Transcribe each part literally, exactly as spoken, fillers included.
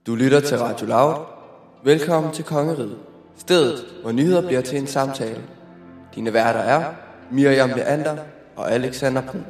Du lytter til Radio Loud. Velkommen til Kongeriget. Stedet, hvor nyheder bliver til en samtale. Dine værter er Miriam Leander og Alexander Brun.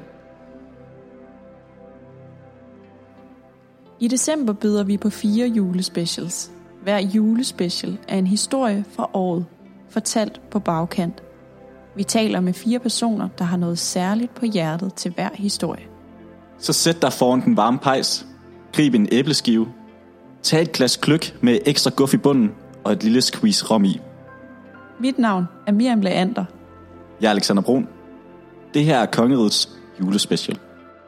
I december byder vi på fire julespecials. Hver julespecial er en historie fra året, fortalt på bagkant. Vi taler med fire personer, der har noget særligt på hjertet til hver historie. Så sæt dig foran den varme pejs, grib en æbleskive, tag et glas gløgg med ekstra guf i bunden og et lille squeeze rom i. Mit navn er Miriam Leander. Jeg er Alexander Brun. Det her er Kongerigets julespecial.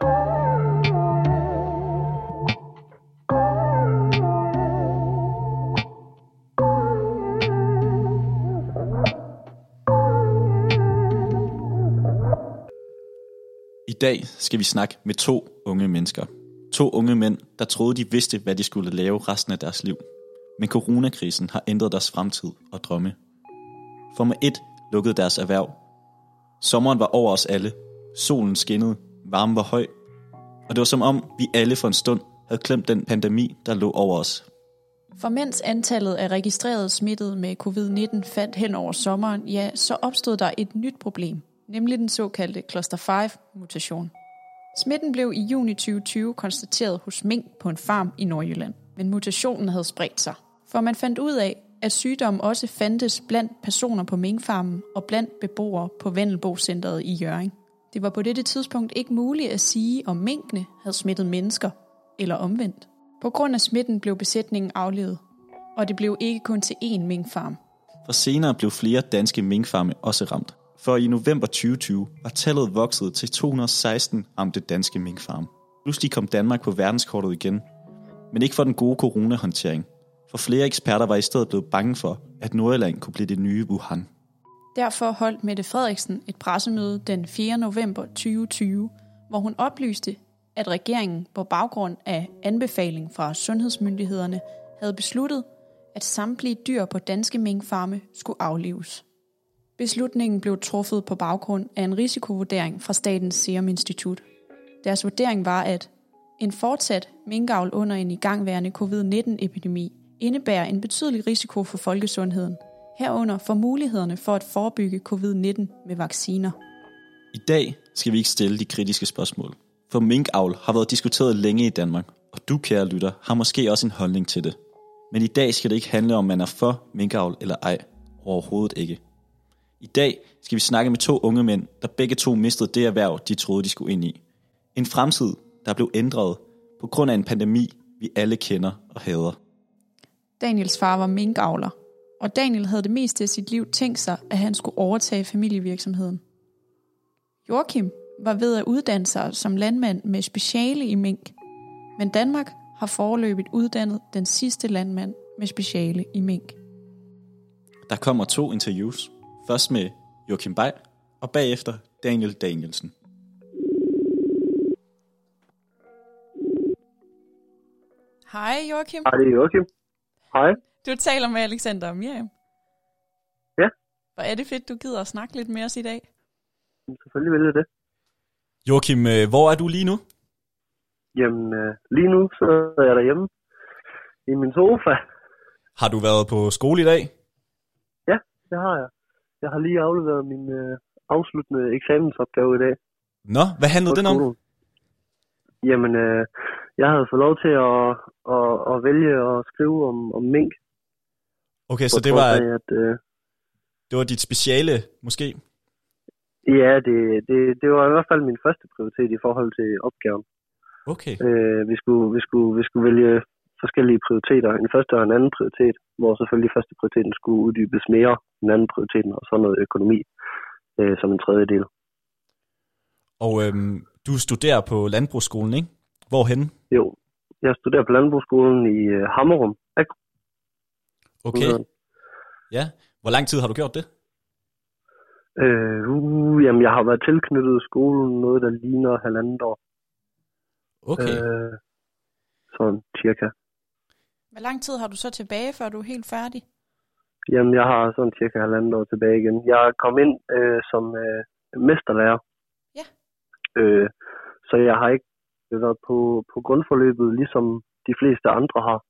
I dag skal vi snakke med to unge mennesker. To unge mænd, der troede, de vidste, hvad de skulle lave resten af deres liv. Men coronakrisen har ændret deres fremtid og drømme. Formel et lukkede deres erhverv. Sommeren var over os alle. Solen skinnede. Varmen var høj. Og det var som om, vi alle for en stund havde glemt den pandemi, der lå over os. For mens antallet af registrerede smittede med covid nitten faldt hen over sommeren, ja, så opstod der et nyt problem, nemlig den såkaldte cluster fem-mutation. Smitten blev i juni tyve tyve konstateret hos mink på en farm i Nordjylland, men mutationen havde spredt sig. For man fandt ud af, at sygdommen også fandtes blandt personer på minkfarmen og blandt beboere på Vendelbo-centret i Hjørring. Det var på dette tidspunkt ikke muligt at sige, om minkene havde smittet mennesker eller omvendt. På grund af smitten blev besætningen aflivet, og det blev ikke kun til én minkfarm. For senere blev flere danske minkfarme også ramt. For i november tyve tyve var tallet vokset til to hundrede og seksten ramte danske minkfarme. Pludselig kom Danmark på verdenskortet igen, men ikke for den gode coronahåndtering. For flere eksperter var i stedet blevet bange for, at Nordjylland kunne blive det nye Wuhan. Derfor holdt Mette Frederiksen et pressemøde den fjerde november tyve tyve, hvor hun oplyste, at regeringen på baggrund af anbefaling fra sundhedsmyndighederne havde besluttet, at samtlige dyr på danske minkfarme skulle aflives. Beslutningen blev truffet på baggrund af en risikovurdering fra Statens Serum Institut. Deres vurdering var, at en fortsat minkavl under en igangværende covid nitten epidemi indebærer en betydelig risiko for folkesundheden, herunder for mulighederne for at forebygge covid nitten med vacciner. I dag skal vi ikke stille de kritiske spørgsmål, for minkavl har været diskuteret længe i Danmark, og du, kære lytter, har måske også en holdning til det. Men i dag skal det ikke handle om, man er for minkavl eller ej, overhovedet ikke. I dag skal vi snakke med to unge mænd, der begge to mistede det erhverv, de troede, de skulle ind i. En fremtid, der blev ændret på grund af en pandemi, vi alle kender og hader. Daniels far var minkavler, og Daniel havde det meste af sit liv tænkt sig, at han skulle overtage familievirksomheden. Joachim var ved at uddanne sig som landmand med speciale i mink, men Danmark har foreløbigt uddannet den sidste landmand med speciale i mink. Der kommer to interviews. Først med Joachim Bay, og bagefter Daniel Danielsen. Hej Joachim. Hej, det er Joachim. Hej. Du taler med Alexander og Miriam. Ja. Hvor er det fedt, du gider at snakke lidt med os i dag. Selvfølgelig vil jeg det. Joachim, hvor er du lige nu? Jamen, lige nu så er jeg derhjemme i min sofa. Har du været på skole i dag? Ja, det har jeg. Jeg har lige afleveret min øh, afsluttende eksamensopgave i dag. Nå, hvad handlede den om? Jamen, øh, jeg havde fået lov til at, at, at vælge at skrive om, om mink. Okay, så det var, af, at, øh, det var dit speciale, måske? Ja, det, det, det var i hvert fald min første prioritet i forhold til opgaven. Okay. Øh, vi, skulle, vi, skulle, vi skulle vælge forskellige prioriteter. En første og en anden prioritet, hvor selvfølgelig første prioriteten skulle uddybes mere, den anden prioriteten og så noget økonomi øh, som en tredje del. Og øhm, du studerer på Landbrugsskolen, ikke? Hvorhenne? Jo, jeg studerer på Landbrugsskolen i øh, Hammerum. Okay. Ja, hvor lang tid har du gjort det? Øh, uh, jamen, jeg har været tilknyttet skolen noget, der ligner halvandet år. Okay. Øh, sådan cirka. Hvor lang tid har du så tilbage, før du er helt færdig? Jamen, jeg har sådan cirka halvandet år tilbage igen. Jeg kom ind øh, som øh, mesterlærer. Ja. Øh, så jeg har ikke været på, på grundforløbet, ligesom de fleste andre har.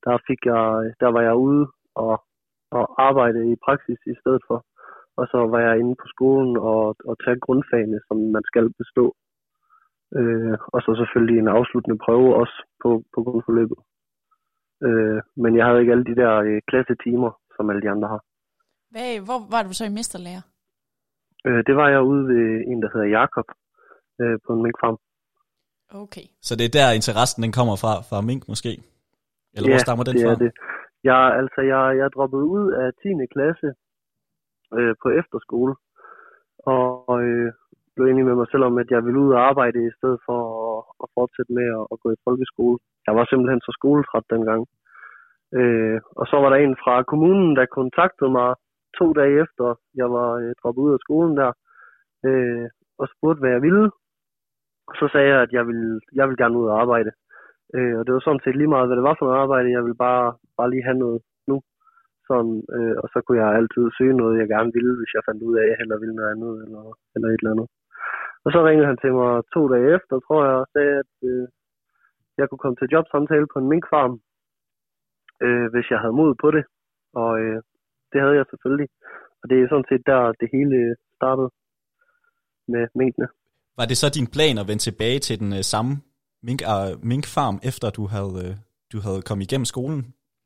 der fik jeg, der var jeg ude og, og arbejde i praksis i stedet for. Og så var jeg inde på skolen og, og tage grundfagene, som man skal bestå. Øh, og så selvfølgelig en afsluttende prøve også på, på grundforløbet. Øh, men jeg havde ikke alle de der øh, klassetimer, som alle de andre har. Hvad, hvor var du så i mesterlærer? Øh, det var jeg ude ved en, der hedder Jakob, øh, på en minkfarm. Okay. Så det er der interessen den kommer fra, fra mink måske? Eller ja, hvor stammer den det fra? Er det. Jeg, altså, jeg, jeg droppede ud af tiende klasse øh, på efterskole, og øh, blev enig med mig selv om, at jeg ville ud og arbejde i stedet for at, at fortsætte med at, at gå i folkeskole. Jeg var simpelthen så skoletræt dengang. Øh, og så var der en fra kommunen, der kontaktede mig to dage efter, jeg var øh, droppet ud af skolen der, øh, og spurgte, hvad jeg ville. Og så sagde jeg, at jeg ville, jeg ville gerne ud og arbejde. Øh, og det var sådan set lige meget, hvad det var for noget arbejde. Jeg ville bare, bare lige have noget nu. Sådan, øh, og så kunne jeg altid søge noget, jeg gerne ville, hvis jeg fandt ud af, at jeg hellere ville noget andet, eller, eller et eller andet. Og så ringede han til mig to dage efter, tror jeg, og sagde, at øh, jeg kunne komme til jobsamtale på en minkfarm, øh, hvis jeg havde mod på det. Og øh, det havde jeg selvfølgelig. Og det er sådan set der, det hele startede med minkene. Var det så din plan at vende tilbage til den øh, samme mink, øh, minkfarm, efter du havde, øh, du havde kommet igennem skolen?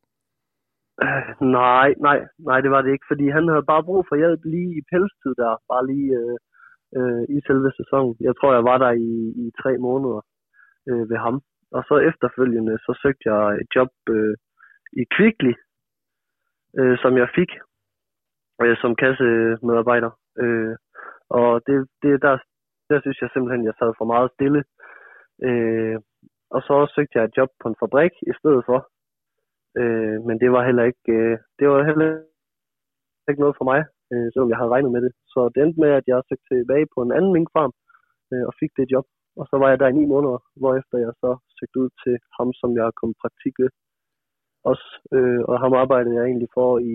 Øh, nej, nej, nej, det var det ikke, fordi han havde bare brug for hjælp lige i pelstid der, bare lige øh, øh, i selve sæsonen. Jeg tror, jeg var der i, i tre måneder øh, ved ham. Og så efterfølgende, så søgte jeg et job øh, i Kvickly, øh, som jeg fik øh, som kassemedarbejder. Øh, og det, det der, der synes jeg simpelthen, jeg sad for meget stille. Øh, og så søgte jeg et job på en fabrik i stedet for. Øh, men det var heller ikke, øh, det var heller ikke noget for mig, øh, selvom jeg havde regnet med det. Så det endte med, at jeg søgte tilbage på en anden minkfarm øh, og fik det job. Og så var jeg der i ni måneder, hvorefter jeg så søgte ud til ham, som jeg kom praktik ved også. Øh, og ham arbejdede jeg egentlig for i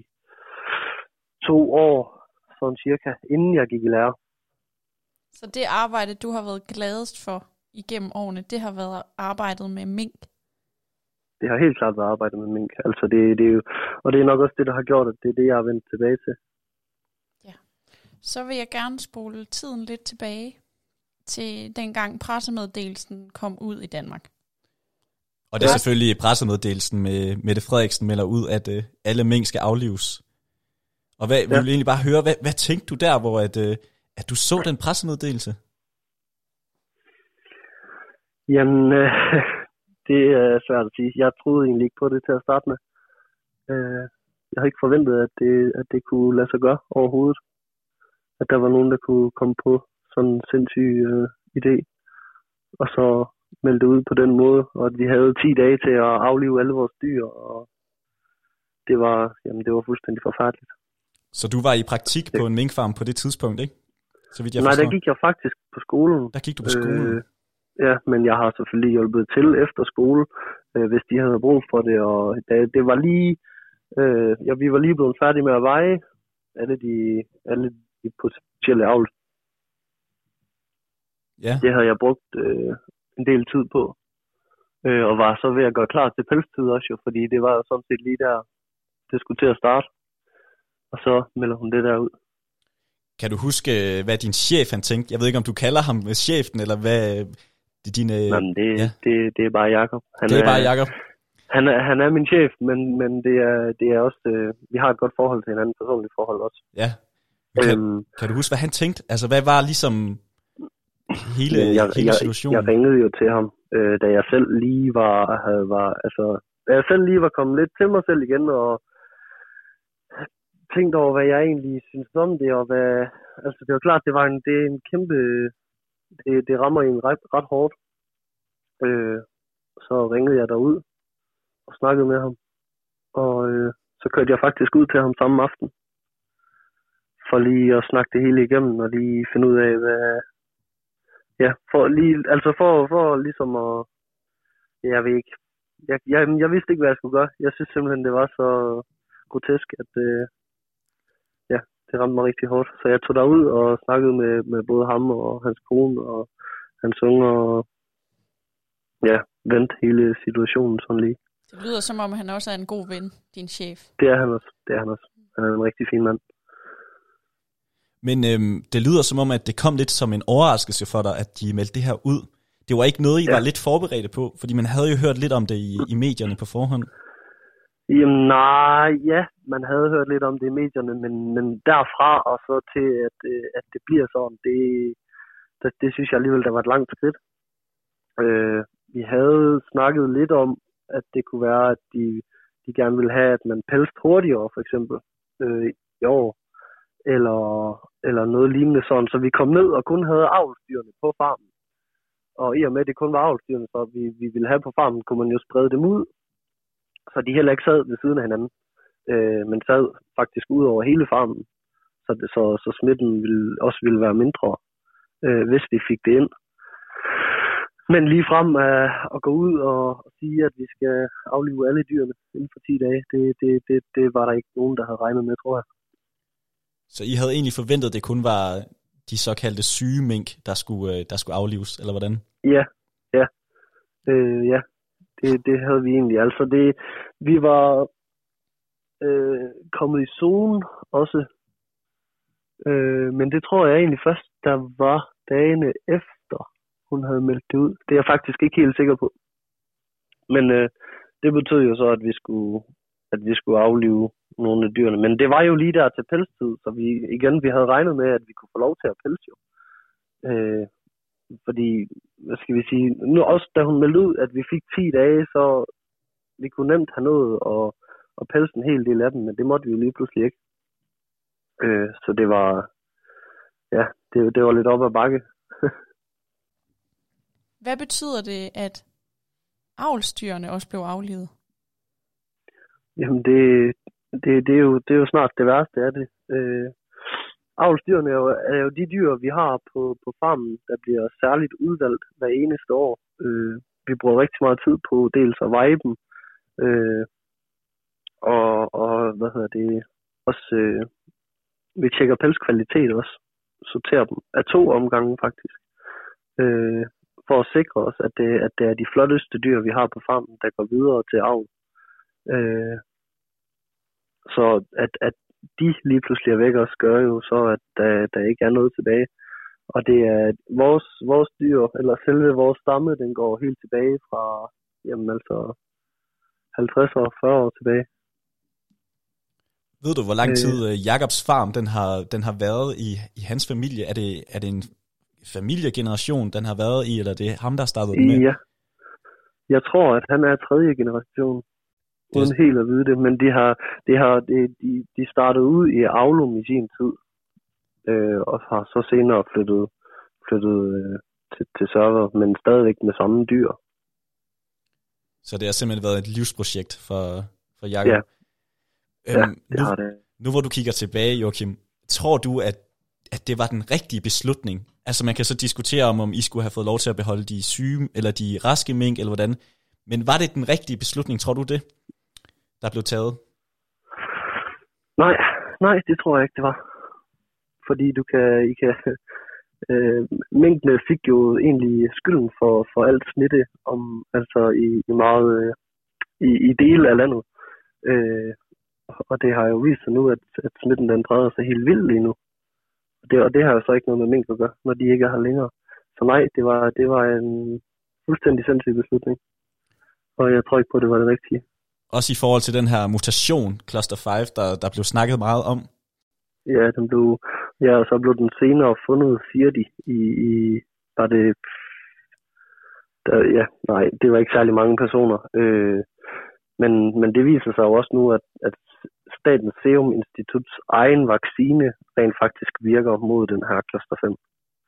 to år, sådan cirka, inden jeg gik i lære. Så det arbejde, du har været gladest for igennem årene, det har været arbejdet med mink? Det har helt klart været arbejdet med mink. Altså det, det er jo, og det er nok også det, der har gjort, at det er det, jeg har vendt tilbage til. Ja. Så vil jeg gerne spole tiden lidt tilbage til dengang pressemeddelelsen kom ud i Danmark. Og det er selvfølgelig pressemeddelelsen med Mette Frederiksen melder ud, at øh, alle mink skal aflives. Og hvad, ja. Vi vil egentlig bare høre, hvad, hvad tænkte du der, hvor at, øh, at du så den pressemeddelelse? Jamen, øh, det er svært at sige. Jeg troede egentlig ikke på det til at starte med. Øh, jeg havde ikke forventet, at det, at det kunne lade sig gøre overhovedet. At der var nogen, der kunne komme på sådan en sindssyg øh, idé. Og så melde det ud på den måde. Og at vi havde ti dage til at aflive alle vores dyr. Og det var, jamen, det var fuldstændig forfærdeligt. Så du var i praktik på en minkfarm på det tidspunkt, ikke? Så vidt jeg Nej, forstår. der gik jeg faktisk på skolen. Der gik du på skolen? Øh, ja, men jeg har selvfølgelig hjulpet til efter skole, øh, hvis de havde brug for det. Og det, det var lige, øh, ja, vi var lige blevet færdige med at veje alle de, alle de potentielle avl. Ja. Det havde jeg brugt øh, en del tid på. Øh, og var så ved at gøre klar til pelstid også, jo, fordi det var jo sådan set lige der, det skulle til at starte. Og så melder hun det der ud. Kan du huske, hvad din chef han tænkte? Jeg ved ikke, om du kalder ham chefen, eller hvad det er dine... Jamen, det, ja. det, det er bare Jakob. Han det er, er bare Jakob. Han er, han er min chef, men, men det, er, det er også... Øh, vi har et godt forhold til hinanden, personligt forhold også. Ja. Kan, øhm, kan du huske, hvad han tænkte? Altså, hvad var ligesom hele, jeg, hele jeg, situationen? Jeg ringede jo til ham, øh, da jeg selv lige var... Havde, var altså, da jeg selv lige var kommet lidt til mig selv igen, og tænkt over, hvad jeg egentlig synes om det, og hvad... Altså, det var klart, det var en, det er en kæmpe... Det, det rammer en ret, ret hårdt. Øh, så ringede jeg derud og snakkede med ham. Og øh, så kørte jeg faktisk ud til ham samme aften. For lige at snakke det hele igennem, og lige finde ud af, hvad... Ja, for lige... Altså for, for ligesom at... Jeg ved ikke... Jeg, jeg, jeg vidste ikke, hvad jeg skulle gøre. Jeg synes simpelthen, det var så grotesk, at... Øh, ja, det ramte mig rigtig hårdt. Så jeg tog derud og snakkede med, med både ham og hans kone og hans unger, og ja, vendte hele situationen sådan lige. Det lyder som om, han også er en god ven, din chef. Det er han også. Det er han også. Han er en rigtig fin mand. Men øhm, det lyder som om, at det kom lidt som en overraskelse for dig, at de meldte det her ud. Det var ikke noget, I ja. var lidt forberedte på, fordi man havde jo hørt lidt om det i, i medierne på forhånd. Jamen nej, ja, man havde hørt lidt om det i medierne, men, men derfra og så til, at, at det bliver sådan, det, det, det synes jeg alligevel, der var et langt skridt. Øh, vi havde snakket lidt om, at det kunne være, at de, de gerne ville have, at man pelste hurtigere, for eksempel, øh, i år, eller, eller noget lignende sådan, så vi kom ned og kun havde avlsdyrene på farmen. Og i og med, at det kun var avlsdyrene, så vi, vi ville have på farmen, kunne man jo sprede dem ud, så de heller ikke sad ved siden af hinanden, øh, men sad faktisk ud over hele farmen, så, det, så, så smitten ville, også ville være mindre, øh, hvis vi fik det ind. Men lige frem uh, at gå ud og, og sige, at vi skal aflive alle dyrene inden for ti dage, det, det, det, det var der ikke nogen, der havde regnet med, tror jeg. Så I havde egentlig forventet, at det kun var de såkaldte syge mink, der skulle, der skulle aflives, eller hvordan? Ja, ja. Øh, ja. Det, det havde vi egentlig. Altså, det, vi var øh, kommet i zone også, øh, men det tror jeg egentlig først, der var dagene efter, hun havde meldt det ud. Det er jeg faktisk ikke helt sikker på. Men øh, det betød jo så, at vi skulle, at vi skulle aflive nogle af dyrene. Men det var jo lige der til pelstid, så vi igen, vi havde regnet med, at vi kunne få lov til at pelse jo. Øh, fordi, hvad skal vi sige, nu også da hun meldte ud, at vi fik ti dage, så vi kunne nemt have nået at, at pelse en hel del af dem, men det måtte vi jo lige pludselig ikke. Øh, så det var, ja, det, det var lidt op ad bakke. Hvad betyder det, at avlsdyrene også blev aflivet? Jamen, det, det, det, er, jo, det er jo snart det værste af det. Øh, avlsdyrene er jo, er jo de dyr, vi har på, på farmen, der bliver særligt udvalgt hver eneste år. Øh, vi bruger rigtig meget tid på dels at veje dem, øh, og, og hvad hedder det, også, øh, vi tjekker pelskvalitet også, sorterer dem af to omgange faktisk, øh, for at sikre os, at det, at det er de flotteste dyr, vi har på farmen, der går videre til avl. Øh, så at, at de lige pludselig er væk også, gør jo så, at der, der ikke er noget tilbage. Og det er vores, vores dyr, eller selve vores stamme, den går helt tilbage fra, jamen altså, halvtreds år, fyrre år tilbage. Ved du, hvor lang tid øh, Jakobs farm, den har, den har været i, i hans familie? Er det, er det en familiegeneration, den har været i, eller det er ham, der startede den med? Ja, jeg tror, at han er tredje generation. Uden det... helt at vide det, men de har, de har de, de, de startede ud i Avlum i sin tid, øh, og har så senere flyttet, flyttet øh, til, til server, men stadigvæk med samme dyr. Så det har simpelthen været et livsprojekt for, for Jakob? Ja, øhm, ja det nu, har det. Nu hvor du kigger tilbage, Joachim, tror du, at, at det var den rigtige beslutning? Altså man kan så diskutere om, om I skulle have fået lov til at beholde de syge, eller de raske mink, eller hvordan. Men var det den rigtige beslutning, tror du det, der blev taget? Nej, nej, det tror jeg ikke, det var. Fordi du kan, I kan, øh, mængdene fik jo egentlig skylden for, for alt smitte, om, altså i, i meget, øh, i, i dele af landet. Øh, og det har jo vist sig nu, at, at smitten den breder sig helt vildt lige nu. Det, og det har jo så ikke noget med mink at gøre, når de ikke er her længere. Så nej, det var, det var en fuldstændig sindssyg beslutning. Og jeg tror ikke på, at det var det rigtige. Også i forhold til den her mutation, Cluster fem, der, der blev snakket meget om. Ja, den blev, ja, og så blev den senere fundet, siger de, i, i var det, der, ja, nej, det var ikke særlig mange personer. Øh, men, men det viser sig jo også nu, at, at Statens Serum Instituts egen vaccine rent faktisk virker mod den her Cluster fem.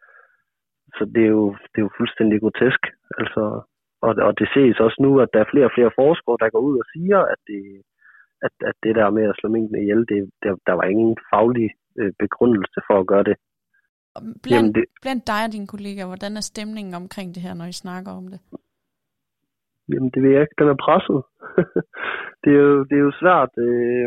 Så det er jo, det er jo fuldstændig grotesk, altså. Og, og det ses også nu, at der er flere og flere forskere, der går ud og siger, at det, at, at det der med at slå minkene ihjel, det, der, der var ingen faglig øh, begrundelse for at gøre det. Blandt, Jamen det. Blandt dig og dine kollegaer, hvordan er stemningen omkring det her, når I snakker om det? Jamen det ved jeg ikke, den er presset. det, er jo, det er jo svært. Øh...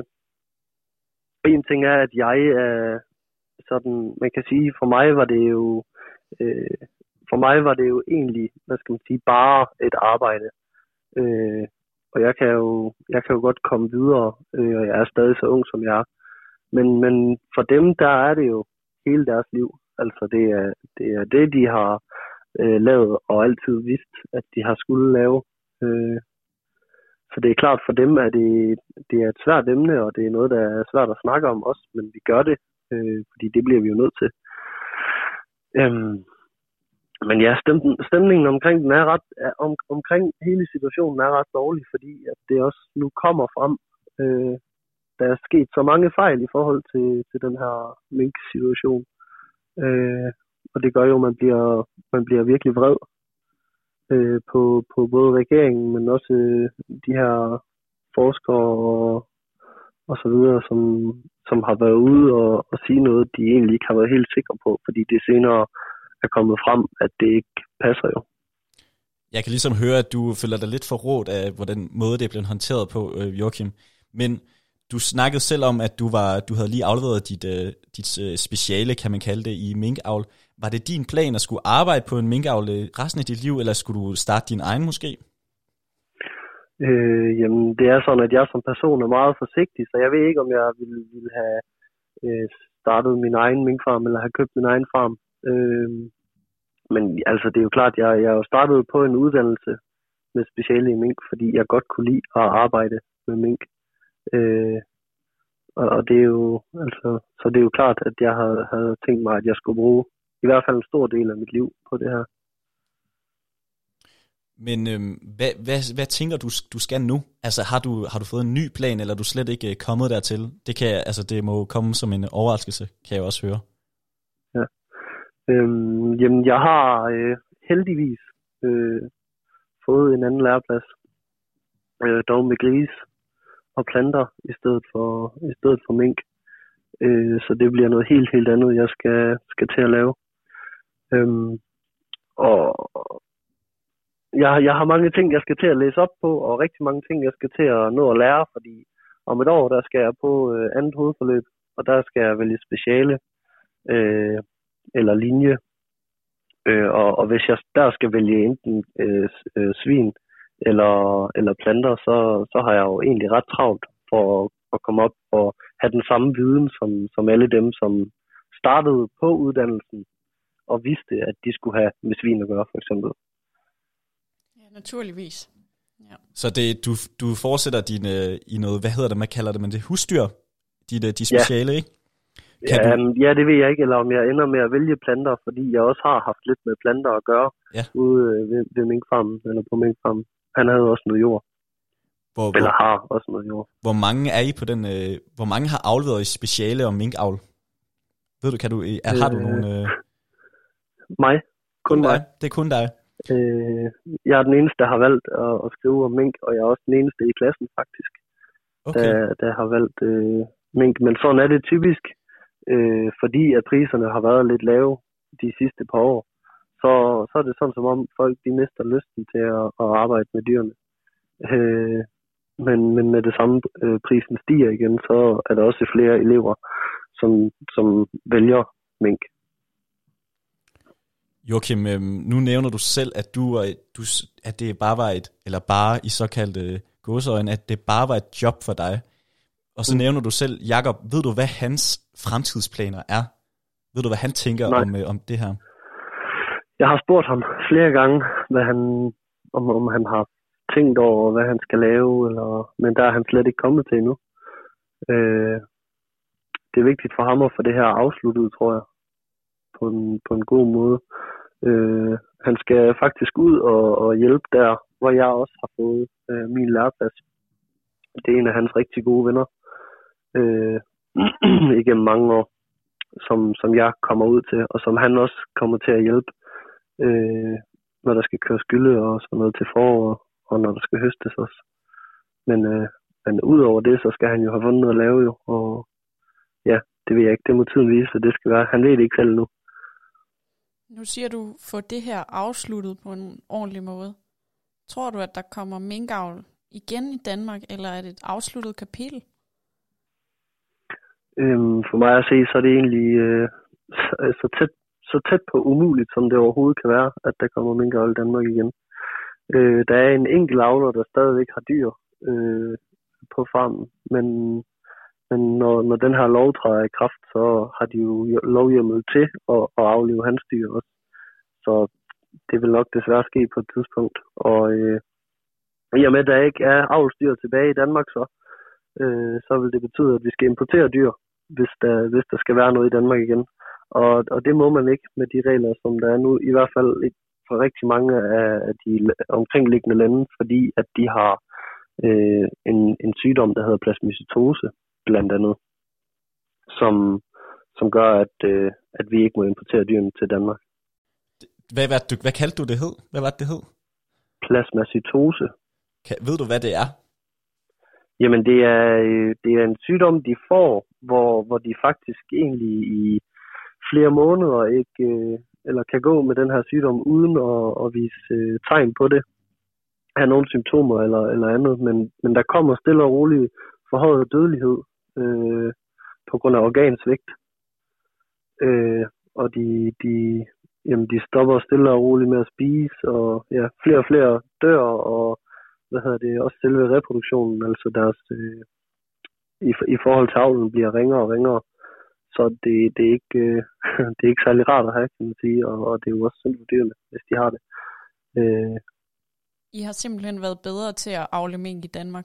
En ting er, at jeg er sådan, man kan sige, for mig var det jo... Øh... For mig var det jo egentlig, hvad skal man sige, bare et arbejde. Øh, og jeg kan jo, jeg kan jo godt komme videre, øh, og jeg er stadig så ung, som jeg er. Men, men for dem, der er det jo hele deres liv. Altså det er det, er det de har øh, lavet og altid vidst, at de har skulle lave. Øh, så det er klart for dem, at det, det er et svært emne, og det er noget, der er svært at snakke om også, men vi gør det, øh, fordi det bliver vi jo nødt til. Øhm, men ja, stem, stemningen omkring den er ret, er, om, omkring hele situationen er ret dårlig, fordi at det også nu kommer frem. Øh, der er sket så mange fejl i forhold til, til den her mink-situation. Øh, og det gør jo, at man bliver, man bliver virkelig vred øh, på, på både regeringen, men også øh, de her forskere og, og så videre, som, som har været ude og, og sige noget, de egentlig ikke har været helt sikre på, fordi det senere er kommet frem, at det ikke passer jo. Jeg kan ligesom høre, at du føler dig lidt forrådt af, hvordan måde det er blevet håndteret på, øh, Joachim. Men du snakkede selv om, at du var, du havde lige afleveret dit, uh, dit uh, speciale, kan man kalde det, i minkavl. Var det din plan at skulle arbejde på en minkavl resten af dit liv, eller skulle du starte din egen måske? Øh, jamen, det er sådan, at jeg som person er meget forsigtig, så jeg ved ikke, om jeg ville, ville have øh, startet min egen minkfarm, eller have købt min egen farm. Øh, men altså, det er jo klart, jeg, jeg er jo startet på en uddannelse med speciale i mink, fordi jeg godt kunne lide at arbejde med mink. Øh, og, og det er jo altså, så det er jo klart, at jeg havde, havde tænkt mig, at jeg skulle bruge i hvert fald en stor del af mit liv på det her. Men øhm, hvad, hvad, hvad tænker du, du skal nu? Altså har du, har du fået en ny plan, eller er du slet ikke kommet dertil? Det, kan, altså, det må komme som en overraskelse, kan jeg også høre. Ja. Øhm, jamen, jeg har øh, heldigvis øh, fået en anden læreplads, øh, dog med gris og planter i stedet for, i stedet for mink. Øh, så det bliver noget helt, helt andet, jeg skal, skal til at lave. Øhm, og jeg, jeg har mange ting, jeg skal til at læse op på, og rigtig mange ting, jeg skal til at nå at lære, fordi om et år, der skal jeg på øh, andet hovedforløb, og der skal jeg vælge speciale øh, eller linje. Øh, og, og hvis jeg der skal vælge enten øh, øh, svin eller, eller planter, så, så har jeg jo egentlig ret travlt for at, at komme op og have den samme viden, som, som alle dem, som startede på uddannelsen og vidste, at de skulle have med svin at gøre, for eksempel. Ja, naturligvis. Ja. Så det, du, du fortsætter din, øh, i noget, hvad hedder det, man kalder det, men det er husdyr, de, de speciale, ja. Ikke? Ja, du... ja, det ved jeg ikke, eller om jeg ender med at vælge planter, fordi jeg også har haft lidt med planter at gøre, ja. Ude ved, ved minkfarmen, eller på minkfarmen. Han havde også noget jord. Hvor, eller hvor, har også noget jord. Hvor mange er I på den, øh, hvor mange har afleveret i speciale om minkavl? Ved du, kan du, er, har du øh, nogle... Øh... Mig. Kun, kun dig. mig. Det er kun dig. Øh, jeg er den eneste, der har valgt at, at skrive om mink, og jeg er også den eneste i klassen, faktisk, okay. der, der har valgt øh, mink. Men sådan er det typisk, øh, fordi at priserne har været lidt lave de sidste par år. Så, så er det sådan, som om folk de mister lysten til at, at arbejde med dyrene. Øh, men, men med det samme øh, prisen stiger igen, så er der også flere elever, som, som vælger mink. Joachim, øh, nu nævner du selv, at du, du at det bare var et, eller bare i såkaldte gåseøjne, at det bare var et job for dig. Og så mm. nævner du selv, Jakob, ved du, hvad hans fremtidsplaner er? Ved du, hvad han tænker om, øh, om det her? Jeg har spurgt ham flere gange, hvad han, om, om han har tænkt over, hvad han skal lave, eller, men der er han slet ikke kommet til endnu. Øh, det er vigtigt for ham at få det her afsluttet, tror jeg, på en, på en god måde. Øh, han skal faktisk ud og, og hjælpe der, hvor jeg også har fået øh, min læreplads. Det er en af hans rigtig gode venner øh, igennem mange år, som, som jeg kommer ud til, og som han også kommer til at hjælpe, øh, når der skal køres gylde og sådan noget til foråret, og når der skal høstes også. Men, øh, men udover det, så skal han jo have fundet noget at lave jo, og ja, det ved jeg ikke, det må tiden vise, at det skal være. Han ved det ikke selv nu. Nu siger du, få det her afsluttet på en ordentlig måde. Tror du, at der kommer minkavl igen i Danmark, eller er det et afsluttet kapitel? Øhm, for mig at se, så er det egentlig øh, så, så, tæt, så tæt på umuligt, som det overhovedet kan være, at der kommer minkavl i Danmark igen. Øh, der er en enkelt avler, der stadigvæk har dyr, øh, på farmen. Men, men når, når den her lov træder i kraft, så har de jo lovhjemmel til at, at aflive hans dyr også. Så det vil nok desværre ske på et tidspunkt. Og øh, i og med, at der ikke er avlsdyr tilbage i Danmark, så, øh, så vil det betyde, at vi skal importere dyr, hvis der, hvis der skal være noget i Danmark igen. Og, og det må man ikke med de regler, som der er nu, i hvert fald for rigtig mange af de omkringliggende lande, fordi at de har øh, en, en sygdom, der hedder plasmocystose, blandt andet, som, som gør, at, øh, at vi ikke må importere dyrene til Danmark. Hvad, hvad, du, hvad kaldte du det hed? Hvad var det, det hed? Plasmocystose. Kan, ved du, hvad det er? Jamen, det er, det er en sygdom, de får, hvor, hvor de faktisk egentlig i flere måneder ikke, eller kan gå med den her sygdom uden at, at vise øh, tegn på det, have nogle symptomer eller, eller andet, men, men der kommer stille og roligt forhøjet dødelighed øh, på grund af organsvigt, øh, og de, de, jamen, de stopper stille og roligt med at spise, og ja, flere og flere dør, og hvad hedder det, også selve reproduktionen, altså deres, øh, i, i forhold til avlen bliver ringere og ringere. Så det, det, er ikke, øh, det er ikke særlig rart at have, kan man sige, og, og det er jo også synd for dyrene, hvis de har det. Øh, I har simpelthen været bedre til at avle mink i Danmark?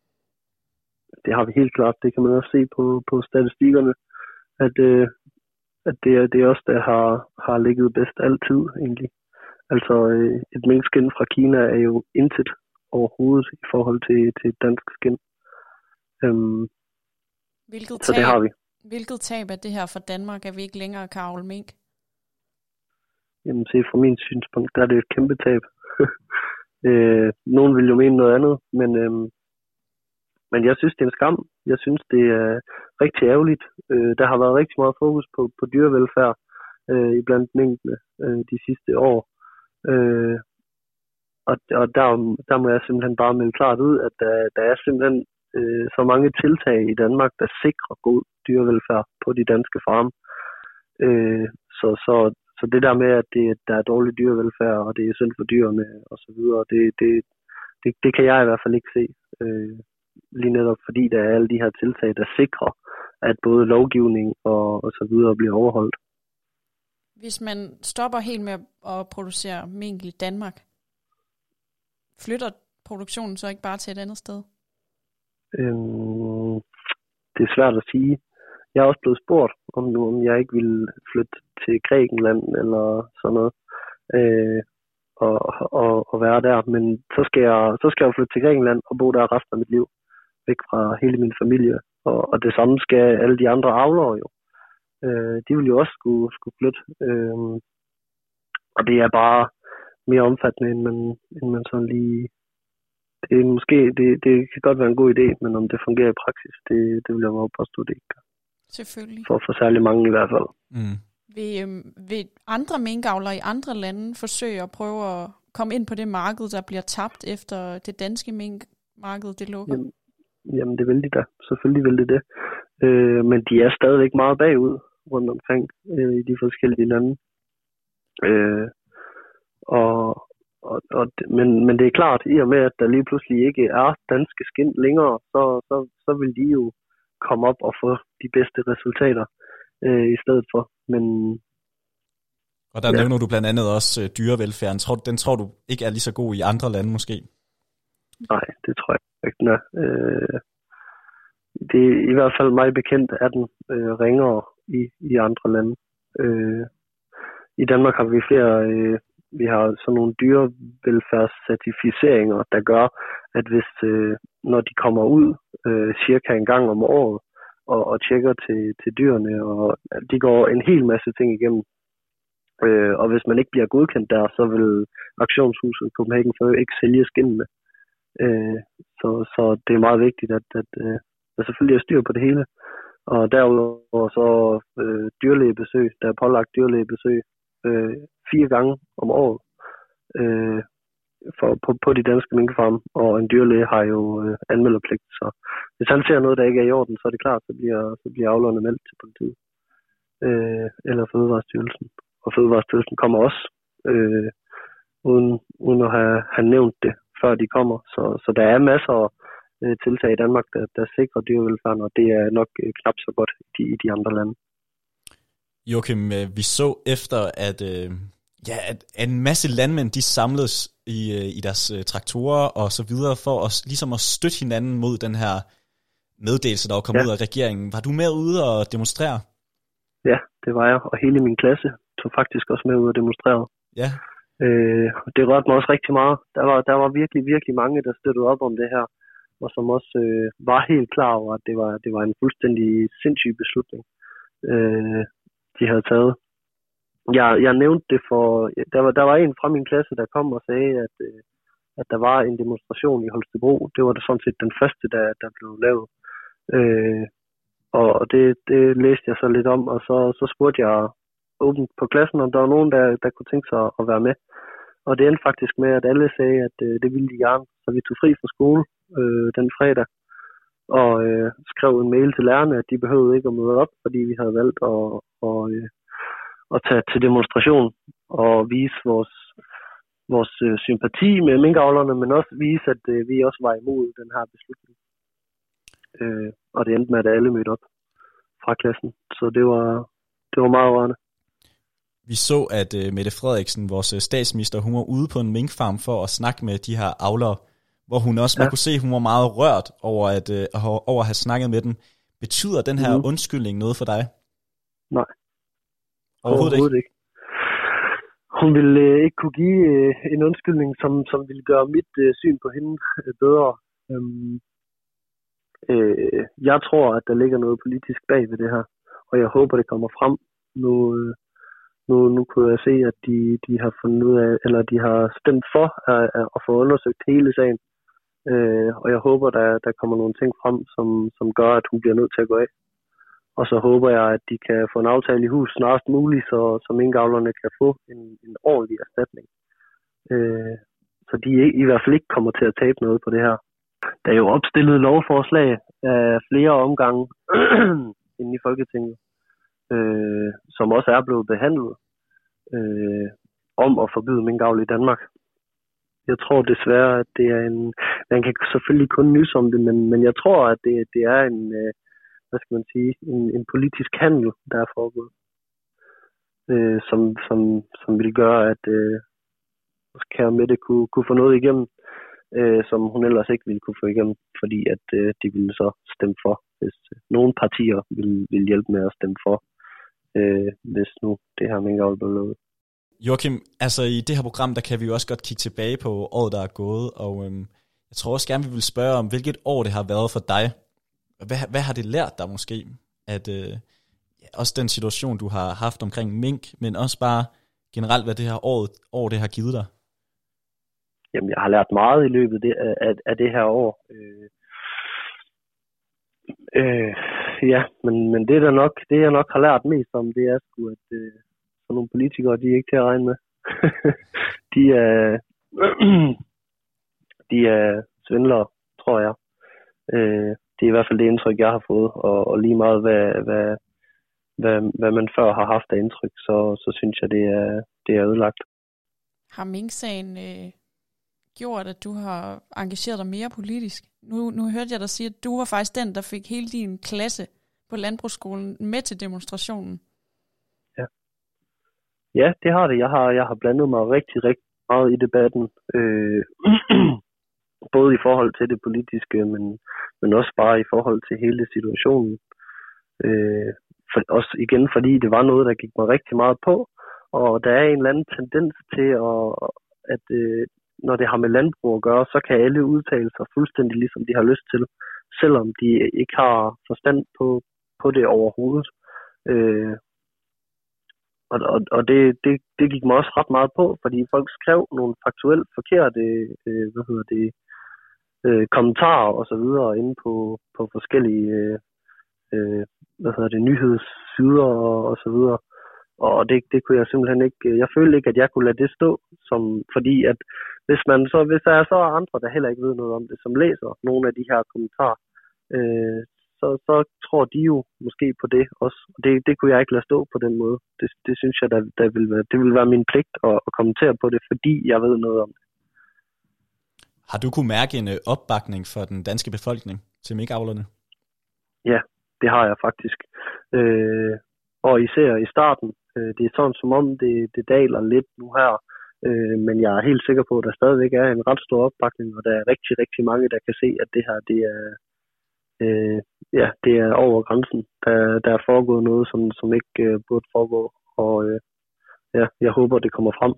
Det har vi helt klart. Det kan man også se på, på statistikkerne, at, øh, at det, er, det er os, der har, har ligget bedst altid, egentlig. Altså, øh, et minkskind fra Kina er jo intet overhovedet i forhold til, til et dansk skind. Øhm, Hvilket så tab, det har vi. Hvilket tab er det her for Danmark, at vi ikke længere kan avle mink? Jamen, se fra min synspunkt, der er det et kæmpe tab. øh, nogen vil jo mene noget andet, men, øhm, men jeg synes, det er en skam. Jeg synes, det er rigtig ærgerligt. Øh, der har været rigtig meget fokus på, på dyrevelfærd øh, iblandt minkene øh, de sidste år. Øh, og og der, der må jeg simpelthen bare melde klart ud, at der, der er simpelthen øh, så mange tiltag i Danmark, der sikrer god dyrevelfærd på de danske farme. Øh, så, så, så det der med, at det, der er dårlig dyrevelfærd, og det er synd for dyrene og så videre, det, det, det, det kan jeg i hvert fald ikke se. Øh, lige netop fordi der er alle de her tiltag, der sikrer, at både lovgivning og, og så videre bliver overholdt. Hvis man stopper helt med at producere mink i Danmark, flytter produktionen så ikke bare til et andet sted? Øhm, det er svært at sige. Jeg er også blevet spurgt, om, om jeg ikke ville flytte til Grækenland eller sådan noget, øh, og, og, og være der. Men så skal, jeg, så skal jeg flytte til Grækenland og bo der resten af mit liv, væk fra hele min familie. Og, og det samme skal alle de andre avlere jo. Øh, de vil jo også skulle, skulle flytte. Øh, og det er bare mere omfattende, end man, end man sådan lige... Det, er måske, det, det kan godt være en god idé, men om det fungerer i praksis, det, det vil jeg bare påstå, det ikke gør. Selvfølgelig. For, for særlig mange i hvert fald. Mm. Vil, øhm, vil andre minkavlere i andre lande forsøge at prøve at komme ind på det marked, der bliver tabt efter det danske minkmarked, det lukker? Jamen, jamen det vil de da. Selvfølgelig vil de det. Øh, men de er stadigvæk meget bagud rundt omkring øh, i de forskellige lande. Øh, og, og, og, men, men det er klart, i og med, at der lige pludselig ikke er danske skind længere, så, så, så vil de jo komme op og få de bedste resultater øh, i stedet for. Men, og der ja. nævner du blandt andet også øh, dyrevelfærden. Tror, den tror du ikke er lige så god i andre lande måske? Nej, det tror jeg ikke, den er. Øh, det er i hvert fald mig bekendt, at den øh, ringere i, i andre lande. Øh, I Danmark har vi flere... Øh, Vi har sådan nogle dyrevelfærdscertificeringer, der gør, at hvis øh, når de kommer ud øh, cirka en gang om året og, og tjekker til, til dyrene, og de går en hel masse ting igennem. Øh, og hvis man ikke bliver godkendt der, så vil auktionshuset Copenhagen Fur ikke sælge skindene. Øh, så, så det er meget vigtigt, at, at øh, der selvfølgelig er styr på det hele. Og derudover så øh, dyrlægebesøg, der er pålagt dyrlægebesøg, Øh, fire gange om året øh, for, på, på de danske minkfarme, og en dyrlæge har jo øh, anmelderpligt, så hvis han ser noget, der ikke er i orden, så er det klart, så bliver, så bliver avlerne meldt til politiet øh, eller Fødevarestyrelsen. Og Fødevarestyrelsen kommer også øh, uden, uden at have, have nævnt det, før de kommer, så, så der er masser øh, tiltag i Danmark, der, der sikrer dyrevelfærden, og det er nok øh, knap så godt i de, i de andre lande. Joachim, vi så efter, at, øh, ja, at en masse landmænd, de samledes i, øh, i deres øh, traktorer og så videre, for at, ligesom at støtte hinanden mod den her meddelelse, der var kommet ja. ud af regeringen. Var du med ude og demonstrere? Ja, det var jeg, og hele min klasse tog faktisk også med ud og demonstrerede. Ja. Øh, det rørte mig også rigtig meget. Der var, der var virkelig, virkelig mange, der støttede op om det her, og som også øh, var helt klar over, at det var, det var en fuldstændig sindssyg beslutning, øh, de havde taget. Jeg, jeg nævnte det for... Der var, der var en fra min klasse, der kom og sagde, at, øh, at der var en demonstration i Holstebro. Det var det sådan set den første, der, der blev lavet. Øh, og det, det læste jeg så lidt om, og så, så spurgte jeg åbent på klassen, om der var nogen, der, der kunne tænke sig at være med. Og det endte faktisk med, at alle sagde, at øh, det ville de gerne. Så vi tog fri fra skole øh, den fredag, og øh, skrev en mail til lærerne, at de behøvede ikke at møde op, fordi vi havde valgt at, og, øh, at tage til demonstration og vise vores, vores øh, sympati med minkavlerne, men også vise, at øh, vi også var imod den her beslutning. Øh, og det endte med, at alle mødte op fra klassen. Så det var, det var meget rørende. Vi så, at uh, Mette Frederiksen, vores statsminister, hun var ude på en minkfarm for at snakke med de her avlere, hvor hun også, ja. man kunne se, hun var meget rørt over at, uh, over at have snakket med dem. Betyder den her mm. undskyldning noget for dig? Nej. Overhovedet, Overhovedet ikke. ikke. Hun ville øh, ikke kunne give øh, en undskyldning, som, som ville gøre mit øh, syn på hende øh, bedre. Øhm, øh, jeg tror, at der ligger noget politisk bag ved det her, og jeg håber, det kommer frem. Nu, øh, nu, nu kunne jeg se, at de, de har fundet ud af, eller de har stemt for at, at få undersøgt hele sagen. Øh, og jeg håber, der, der kommer nogle ting frem, som, som gør, at hun bliver nødt til at gå af. Og så håber jeg, at de kan få en aftale i hus snarest muligt, så, så minkavlerne kan få en, en ordentlig erstatning. Øh, så de i hvert fald ikke kommer til at tabe noget på det her. Der er jo opstillet lovforslag af flere omgange inde i Folketinget, øh, som også er blevet behandlet øh, om at forbyde minkavl i Danmark. Jeg tror desværre, at det er en... Man kan selvfølgelig kun nys om det, men, men jeg tror, at det, det er en... Øh, hvad skal man sige, en, en politisk handel, der er foregået, øh, som, som, som vil gøre, at øh, Kære Mette kunne, kunne få noget igennem, øh, som hun ellers ikke ville kunne få igennem, fordi at øh, de ville så stemme for, hvis øh, nogle partier ville, ville hjælpe med at stemme for, øh, hvis nu det her minkavl blev lovet. Joachim, altså i det her program, der kan vi jo også godt kigge tilbage på året, der er gået, og øhm, jeg tror også gerne, vi vil spørge om, hvilket år det har været for dig. Hvad, hvad har det lært dig måske, at øh, også den situation, du har haft omkring mink, men også bare generelt, hvad det her år, år det har givet dig? Jamen, jeg har lært meget i løbet af, af, af det her år. Øh, øh, ja, men, men det, der nok, det, jeg nok har lært mest om, det er sgu, at øh, sådan nogle politikere, de er ikke til at regne med. de er, de er svindlere, tror jeg. Øh, Det er i hvert fald det indtryk, jeg har fået, og, og lige meget, hvad, hvad, hvad, hvad man før har haft af indtryk, så, så synes jeg, det er, det er ødelagt. Har Mink-sagen øh, gjort, at du har engageret dig mere politisk? Nu, nu hørte jeg dig sige, at du var faktisk den, der fik hele din klasse på landbrugsskolen med til demonstrationen. Ja, ja det har det. Jeg har, jeg har blandet mig rigtig, rigtig meget i debatten. Øh, Både i forhold til det politiske, men, men også bare i forhold til hele situationen. Øh, for, også igen, fordi det var noget, der gik mig rigtig meget på. Og der er en eller anden tendens til, at, at øh, når det har med landbrug at gøre, så kan alle udtale sig fuldstændig ligesom de har lyst til, selvom de ikke har forstand på, på det overhovedet. Øh, og og, og det, det, det gik mig også ret meget på, fordi folk skrev nogle faktuelt forkerte øh, hvad hedder det, Øh, kommentarer og så videre inde på, på forskellige øh, hvad hedder det, nyhedssider og, og så videre. Og det, det kunne jeg simpelthen ikke, jeg følte ikke, at jeg kunne lade det stå, som, fordi at hvis, man så, hvis der er så andre, der heller ikke ved noget om det, som læser nogle af de her kommentarer, øh, så, så tror de jo måske på det også. Det, det kunne jeg ikke lade stå på den måde. Det, det synes jeg, der, der vil være, det vil være min pligt at, at kommentere på det, fordi jeg ved noget om det. Har du kunne mærke en opbakning for den danske befolkning til minkavlerne? Ja, det har jeg faktisk. Øh, og især i starten. Øh, det er sådan som om, det, det daler lidt nu her. Øh, men jeg er helt sikker på, at der stadigvæk er en ret stor opbakning, og der er rigtig, rigtig mange, der kan se, at det her, det er, øh, ja, det er over grænsen. Der, der er foregået noget, som, som ikke øh, burde foregå, og øh, ja, jeg håber, det kommer frem.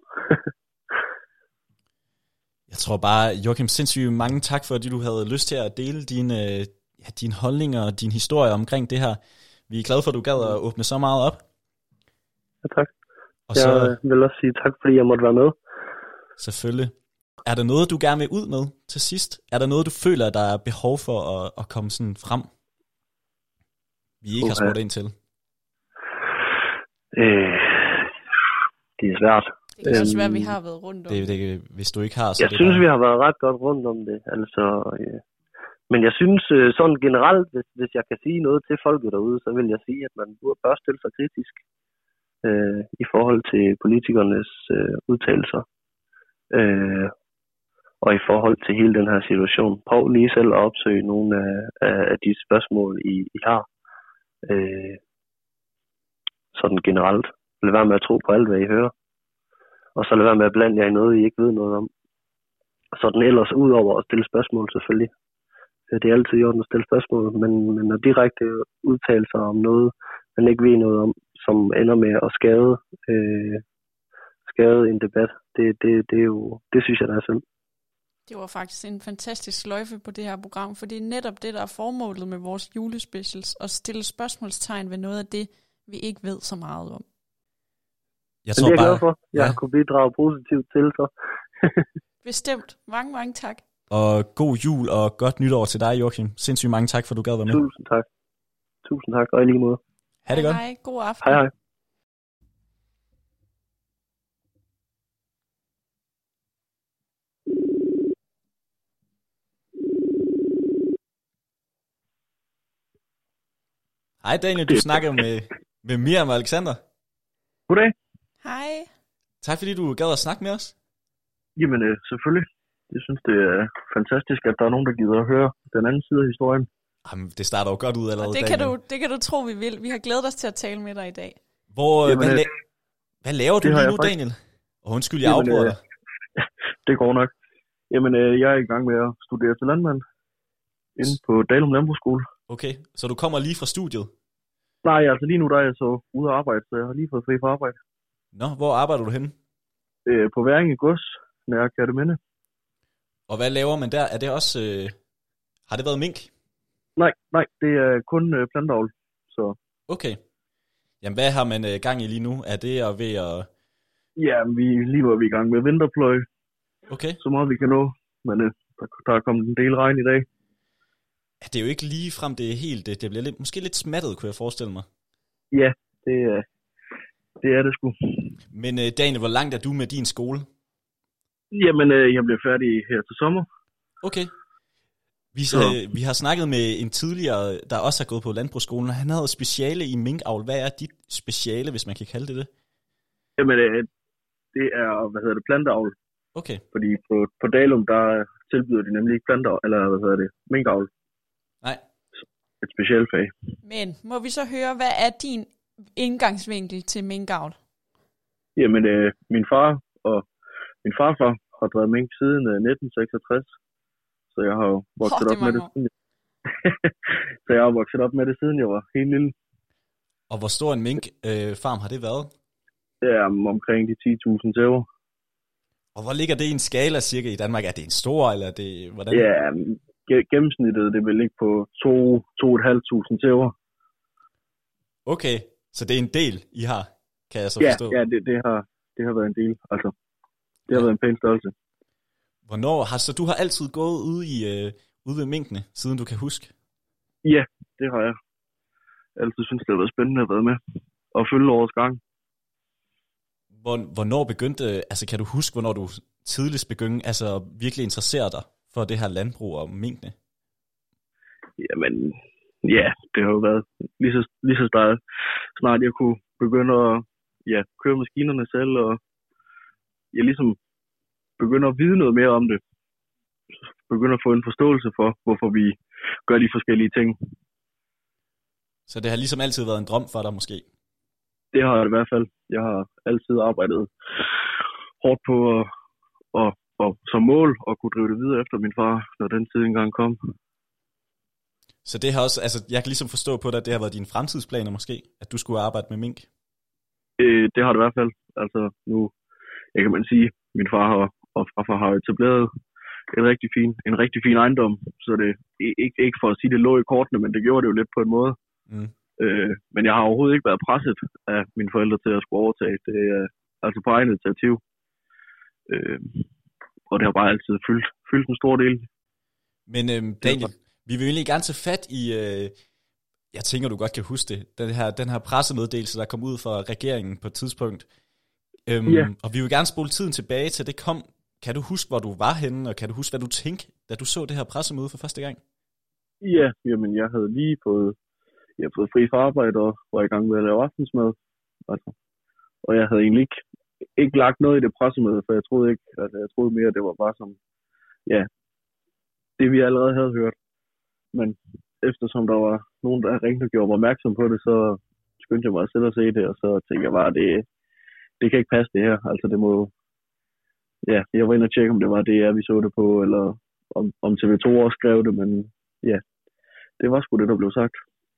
Jeg tror bare, Joachim, sindssygt mange tak for, at du havde lyst til at dele dine, ja, dine holdninger og din historie omkring det her. Vi er glade for, at du gad at åbne så meget op. Ja, tak. Og jeg så, vil også sige tak, fordi jeg måtte være med. Selvfølgelig. Er der noget, du gerne vil ud med til sidst? Er der noget, du føler, der er behov for at, at komme sådan frem? Vi ikke okay. har spurgt ind til. Øh, det er svært. Det kan også være, at vi har været rundt om det. det hvis du ikke har, så Jeg det synes, bare... vi har været ret godt rundt om det. Altså, øh, men jeg synes øh, sådan generelt, hvis, hvis jeg kan sige noget til folket derude, så vil jeg sige, at man bør stille sig kritisk øh, i forhold til politikernes øh, udtalelser. Øh, og i forhold til hele den her situation. Prøv lige selv at opsøge nogle af, af, af de spørgsmål, I, I har. Øh, sådan generelt. Lad være med at tro på alt, hvad I hører. Og så lad være med at blande jer i noget, I ikke ved noget om. Sådan ellers ud over at stille spørgsmål selvfølgelig. Det er altid i orden at stille spørgsmål, men, men at direkte udtale sig om noget, man ikke ved noget om, som ender med at skade, øh, skade en debat, det, det, det, er jo, det synes jeg, der er synd. Det var faktisk en fantastisk sløjfe på det her program, for det er netop det, der er formålet med vores julespecials, at stille spørgsmålstegn ved noget af det, vi ikke ved så meget om. Jeg tror det er jeg bare, glad for. Jeg ja. kunne bidrage positivt til så. Bestemt. Mange, mange tak. Og god jul og godt nytår til dig, Joachim. Sindssygt mange tak, for du gad være med. Tusind tak. Tusind tak, og i lige måde. Ha' det godt. Hej, god aften. Hej, hej. Hej Daniel, du snakker med, med Miriam og Alexander. Goddag. Hej. Tak fordi du gad at snakke med os. Jamen øh, selvfølgelig. Jeg synes, det er fantastisk, at der er nogen, der gider at høre den anden side af historien. Jamen, det starter jo godt ud allerede, det kan, du, det kan du tro, vi vil. Vi har glædet os til at tale med dig i dag. Hvor, Jamen, hvad, øh, la- hvad laver du lige nu, faktisk... Daniel? Og undskyld, jeg Jamen, afbryder øh, dig. Det går nok. Jamen, øh, jeg er i gang med at studere til landmand inde på Dalum Landbrugsskole. Okay, så du kommer lige fra studiet? Nej, altså lige nu der er jeg så ude at arbejde, så jeg har lige fået fri fra arbejde. Nå, hvor arbejder du henne? Øh, på Væringe Gods, nær Kerteminde. Og hvad laver man der? Er det også... Øh... Har det været mink? Nej, nej, det er kun øh, plantavl. Så. Okay. Jamen, hvad har man øh, gang i lige nu? Er det at ved at... Ja, vi, lige nu er vi i gang med vinterpløj. Okay. Så meget vi kan nå. Men øh, der, der er kommet en del regn i dag. Ja, det er jo ikke lige frem, det er helt... Det, det bliver lidt, måske lidt smattet, kunne jeg forestille mig. Ja, det, øh, det er det sgu. Men øh, Daniel, hvor langt er du med din skole? Jamen, øh, jeg bliver færdig her til sommer. Okay. Vi, øh, vi har snakket med en tidligere, der også har gået på landbrugsskolen, og han havde speciale i minkavl. Hvad er dit speciale, hvis man kan kalde det det? Jamen, øh, det er, hvad hedder det, plantavl. Okay. Fordi på, på Dalum, der tilbyder de nemlig ikke plantavl, eller hvad hedder det, minkavl. Nej. Et specialfag. Men må vi så høre, hvad er din indgangsvinkel til minkavl? Jamen, øh, min far og min farfar har drevet mink siden øh, nitten seksogtres. Så jeg har jo vokset oh, op med det siden. Så jeg har vokset op med det siden jeg var helt lille. Og hvor stor en minkfarm øh, har det været? Det er omkring de ti tusind tæver. Og hvor ligger det i en skala cirka i Danmark? Er det en stor, eller er det... Hvordan? Ja, gennemsnittet det vil ligge på to to et halvt tusind tæver. Okay, så det er en del, I har, kan jeg så ja, forstå? Ja, det, det, har, det har været en del. Altså, det har ja. været en pæn størrelse. Hvornår har så du har altid gået ude i øh, ude ved minkene, siden du kan huske? Ja, det har jeg. Jeg altid synes det har været spændende at være med og følge årets gang. Hvor, hvornår begyndte, altså kan du huske, hvornår du tidligst begyndte, altså virkelig interessere dig for det her landbrug og minkene? Jamen, ja, det har jo været lige så, lige så snart, snart jeg kunne begynde at ja, køre maskinerne selv, og jeg ligesom begynder at vide noget mere om det, begynde at få en forståelse for, hvorfor vi gør de forskellige ting. Så det har ligesom altid været en drøm for dig måske? Det har jeg i hvert fald. Jeg har altid arbejdet hårdt på at, og, og som mål at kunne drive det videre efter min far, når den tid engang kom. Så det har også, altså jeg kan ligesom forstå på dig, at det har været dine fremtidsplaner måske, at du skulle arbejde med mink? Øh, det har det i hvert fald. Altså nu, jeg kan man sige, min far har, og farfar har etableret en rigtig fin, en rigtig fin ejendom, så det ikke, ikke for at sige, det lå i kortene, men det gjorde det jo lidt på en måde. Mm. Øh, men jeg har overhovedet ikke været presset af mine forældre til at skulle overtage. Det er altså på egen initiativ. Øh, og det har bare altid fyldt, fyldt en stor del. Men øhm, Daniel, vi vil egentlig gerne tage fat i, øh, jeg tænker du godt kan huske det, den her, den her pressemeddelelse, der kom ud fra regeringen på et tidspunkt. Øhm, yeah. Og vi vil gerne spole tiden tilbage til det kom. Kan du huske, hvor du var henne, og kan du huske, hvad du tænkte, da du så det her pressemøde for første gang? Ja, jamen jeg havde lige fået, jeg havde fået fri fra arbejde og var i gang med at lave aftensmad. Altså. Og jeg havde egentlig ikke, ikke lagt noget i det pressemøde, for jeg troede ikke, altså jeg troede mere, at det var bare som, ja, det vi allerede havde hørt. Men eftersom der var nogen, der ringte og gjorde mig opmærksom på det, så skyndte jeg mig selv at se det, og så tænkte jeg bare, at det, det kan ikke passe det her. Altså det må, ja, jeg var inde og tjekke, om det var det, vi så det på, eller om, om T V to også skrev det, men ja, det var sgu det, der blev sagt.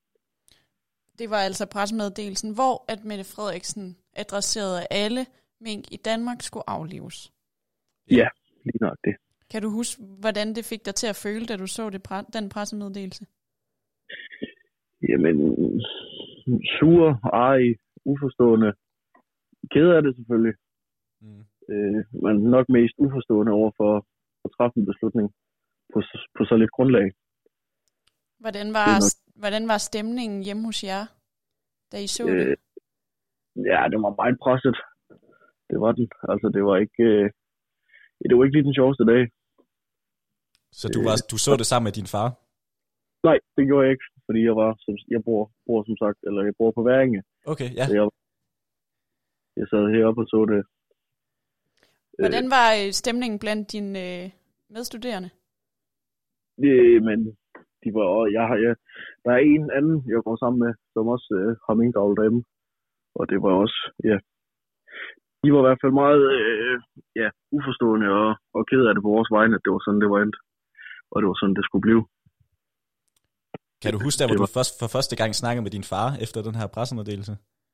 Det var altså pressemeddelelsen, hvor at Mette Frederiksen adresserede, at alle mink i Danmark skulle aflives. Ja, lige nok det. Kan du huske, hvordan det fik dig til at føle, da du så det, den pressemeddelelse? Jamen, sur, ej, uforstående. Ked af det selvfølgelig. Mm. Øh, men nok mest uforstående over for at træffe en beslutning på, på så lidt grundlag. Hvordan var, hvordan var stemningen hjemme hos jer, da I så øh, det? Ja, det var meget presset. Det var den. Altså, det var ikke, øh, det var ikke lige den sjoveste dag. Så du, var, du så det sammen med din far? Nej, det gjorde jeg ikke, fordi jeg var, jeg bor, bor som sagt, eller jeg bor på Væringe. Okay, ja. Så jeg, jeg sad heroppe og så det. Hvordan var stemningen blandt dine øh, medstuderende? Det, men de var, jeg har, jeg, der er en anden, jeg går sammen med, som også øh, har minkavl derhjemme. Og det var også, ja, de var i hvert fald meget øh, ja, uforstående og, og ked af det på vores vegne, at det var sådan, det var endt. Og det var sådan, det skulle blive. Kan du huske, at hvor du først, for første gang snakkede med din far efter den her pressemeddelelse?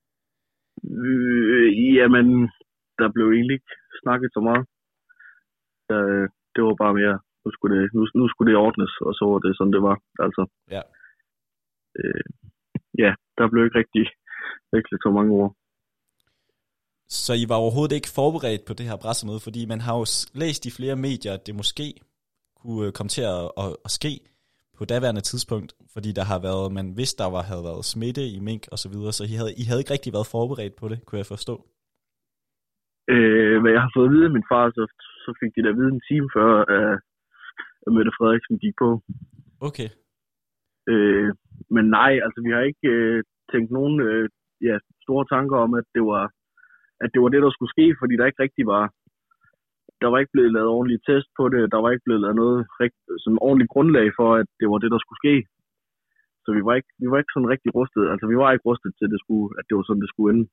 Øh, jamen, der blev egentlig ikke snakket så meget. Øh, det var bare mere, nu skulle det, nu, nu skulle det ordnes, og så var det sådan, det var. Altså, ja. Øh, ja, der blev ikke rigtig vekslet så mange ord. Så I var overhovedet ikke forberedt på det her pressemøde, fordi man har jo læst i flere medier, at det måske kunne komme til at, at, at ske på daværende tidspunkt, fordi der har været, man vidste, der var, havde været smitte i mink og så videre, så I havde, I havde ikke rigtig været forberedt på det, kunne jeg forstå. Øh, hvad jeg har fået at vide af min far, så, så fik de da at vide en time før, at Mette Frederiksen gik på. Okay. Øh, men nej, altså vi har ikke øh, tænkt nogen øh, ja, store tanker om, at det var at det var det, der skulle ske, fordi der ikke rigtig var, der var ikke blevet lavet ordentlige test på det, der var ikke blevet lavet noget sådan ordentligt grundlag for, at det var det, der skulle ske. Så vi var ikke, vi var ikke sådan rigtig rustet, altså vi var ikke rustet til, det skulle, at det var sådan, det skulle ende.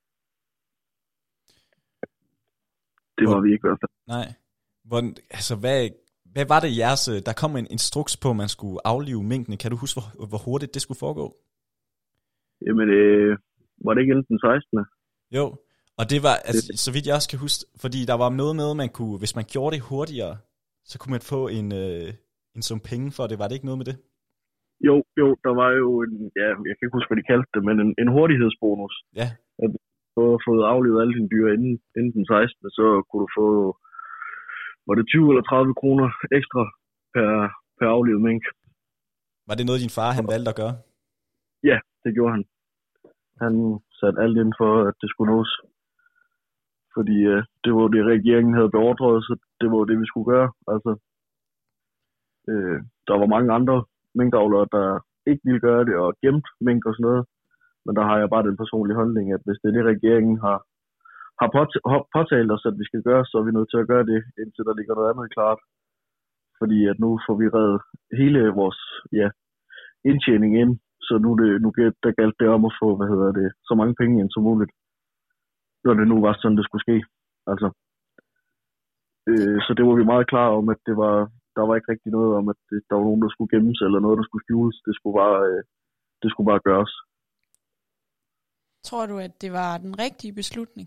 Det var Hvor, vi ikke i hvert fald. Nej. Hvor, altså, hvad, hvad var det jeres, der kom en instruks på, at man skulle aflive minkene. Kan du huske, hvor, hvor hurtigt det skulle foregå? Jamen, øh, var det ikke inden den sekstende? Jo. Og det var, altså, så vidt jeg også kan huske, fordi der var noget med, at man kunne, hvis man gjorde det hurtigere, så kunne man få en, øh, en sum penge for det. Var det ikke noget med det? Jo, jo, der var jo en, ja, jeg kan ikke huske, hvad de kaldte det, men en, en hurtighedsbonus. Ja. At du havde fået aflevet alle dine dyr inden, inden den sekstende, så kunne du få, var det tyve eller tredive kroner ekstra per, per aflevet mink. Var det noget, din far han valgte at gøre? Ja, det gjorde han. Han satte alt ind for, at det skulle nås. Fordi øh, det var det, regeringen havde beordret, så det var det, vi skulle gøre. Altså, øh, der var mange andre minkavlere, der ikke ville gøre det, og gemt mink og sådan noget. Men der har jeg bare den personlige holdning, at hvis det er det, regeringen har, har påt- påtalt os, at vi skal gøre, så er vi nødt til at gøre det, indtil der ligger noget andet klart. fordi at nu får vi reddet hele vores ja, indtjening ind, så nu, det, nu der galt det om at få, hvad hedder det, så mange penge ind som muligt, når det nu var sådan, det skulle ske. Altså, øh, så det var vi meget klar om, at det var, der var ikke rigtig noget om, at det, der var nogen, der skulle gemmes, eller noget, der skulle skjules. Det skulle bare, øh, det skulle bare gøres. Tror du, at det var den rigtige beslutning?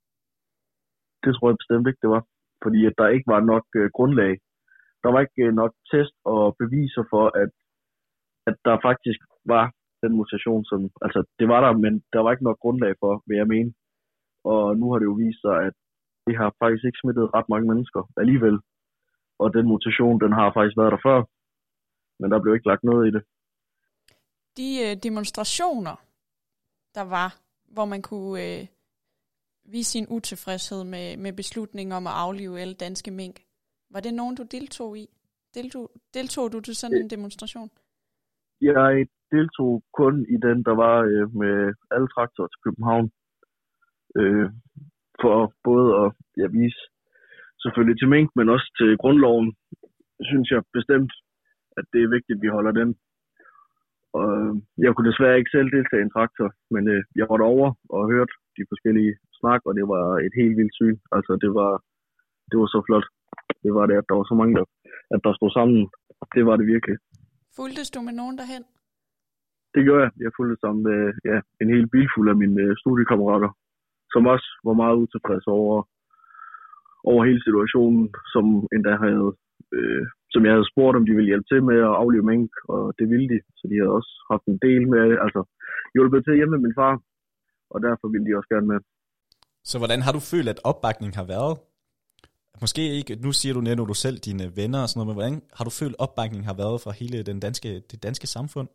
Det tror jeg bestemt ikke, det var. Fordi at der ikke var nok øh, grundlag. Der var ikke øh, nok test og beviser for, at, at der faktisk var den mutation, som... Altså, det var der, men der var ikke nok grundlag for, vil jeg mene. Og nu har det jo vist sig, at det har faktisk ikke smittet ret mange mennesker alligevel. Og den mutation, den har faktisk været der før. Men der blev ikke lagt noget i det. De øh, demonstrationer, der var, hvor man kunne øh, vise sin utilfredshed med, med beslutningen om at aflive alle danske mink. Var det nogen, du deltog i? Deltog, deltog du til sådan en demonstration? Jeg deltog kun i den, der var øh, med alle traktorer til København. Øh, for både at ja, vise selvfølgelig til mink, men også til grundloven, synes jeg bestemt, at det er vigtigt, at vi holder den. Og jeg kunne desværre ikke selv deltage i en traktor, men øh, jeg var derovre og hørte de forskellige snak, og det var et helt vildt syn. Altså, det var, det var så flot. Det var det, at der var så mange, der, at der stod sammen. Det var det virkelig. Fulgtes du med nogen derhen? Det gjorde jeg. Jeg fulgte sammen med ja, en hel bil fuld af mine øh, studiekammerater, som også var meget utilfredse over, over hele situationen, som endda havde... Øh, som jeg havde spurgt, om de ville hjælpe til med at aflive mink, og det ville de. Så de havde også haft en del med, altså hjulpet til hjemme med min far, og derfor ville de også gerne med. Så hvordan har du følt, at opbakningen har været? Måske ikke, nu siger du netop du selv, dine venner og sådan noget, men hvordan har du følt, at opbakningen har været fra hele den danske, det danske samfund?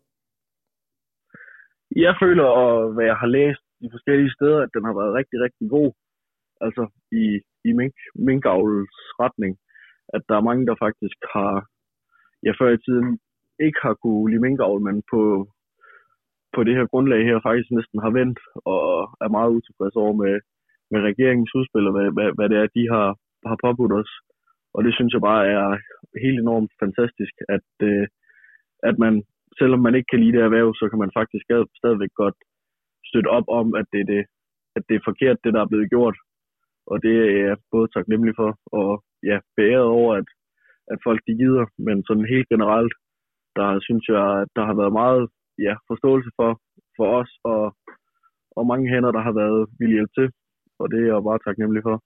Jeg føler, og hvad jeg har læst de forskellige steder, at den har været rigtig, rigtig god. Altså i, i mink, minkavlens retning. At der er mange, der faktisk har, ja, før i tiden ikke har kunne lide minkavl, men på, på det her grundlag her faktisk næsten har vendt og er meget utilfredse over med, med regeringens udspil, og hvad, hvad, hvad det er, de har, har påbudt os. Og det synes jeg bare er helt enormt fantastisk, at, øh, at man, selvom man ikke kan lide det erhverv, så kan man faktisk stadigvæk godt støtte op om, at det er, det, at det er forkert, det der er blevet gjort. Og det er jeg både taknemmelig for, og ja, beæret over, at, at folk de gider. Men sådan helt generelt, der synes jeg, at der har været meget ja, forståelse for, for os, og, og mange hænder, der har været villige hjælp til. Og det er jeg bare taknemmelig for.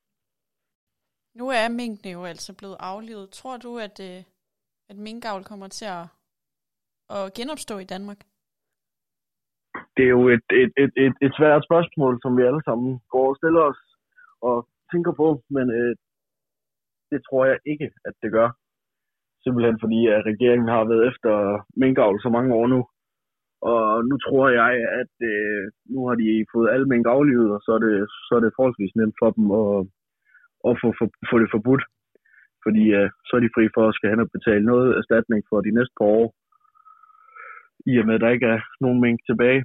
Nu er minkene jo altså blevet aflivet. Tror du, at, at minkavl kommer til at, at genopstå i Danmark? Det er jo et, et, et, et, et svært spørgsmål, som vi alle sammen går og stiller os og tænker på, men øh, det tror jeg ikke, at det gør. Simpelthen fordi, at regeringen har været efter minkavl så mange år nu. Og nu tror jeg, at øh, nu har de fået alle mink aflivet, og så er det, så er det forholdsvis nemt for dem at, at få, for, få det forbudt. Fordi øh, så er de fri for at skal hen og betale noget erstatning for de næste par år. I og med, at der ikke er nogen mink tilbage.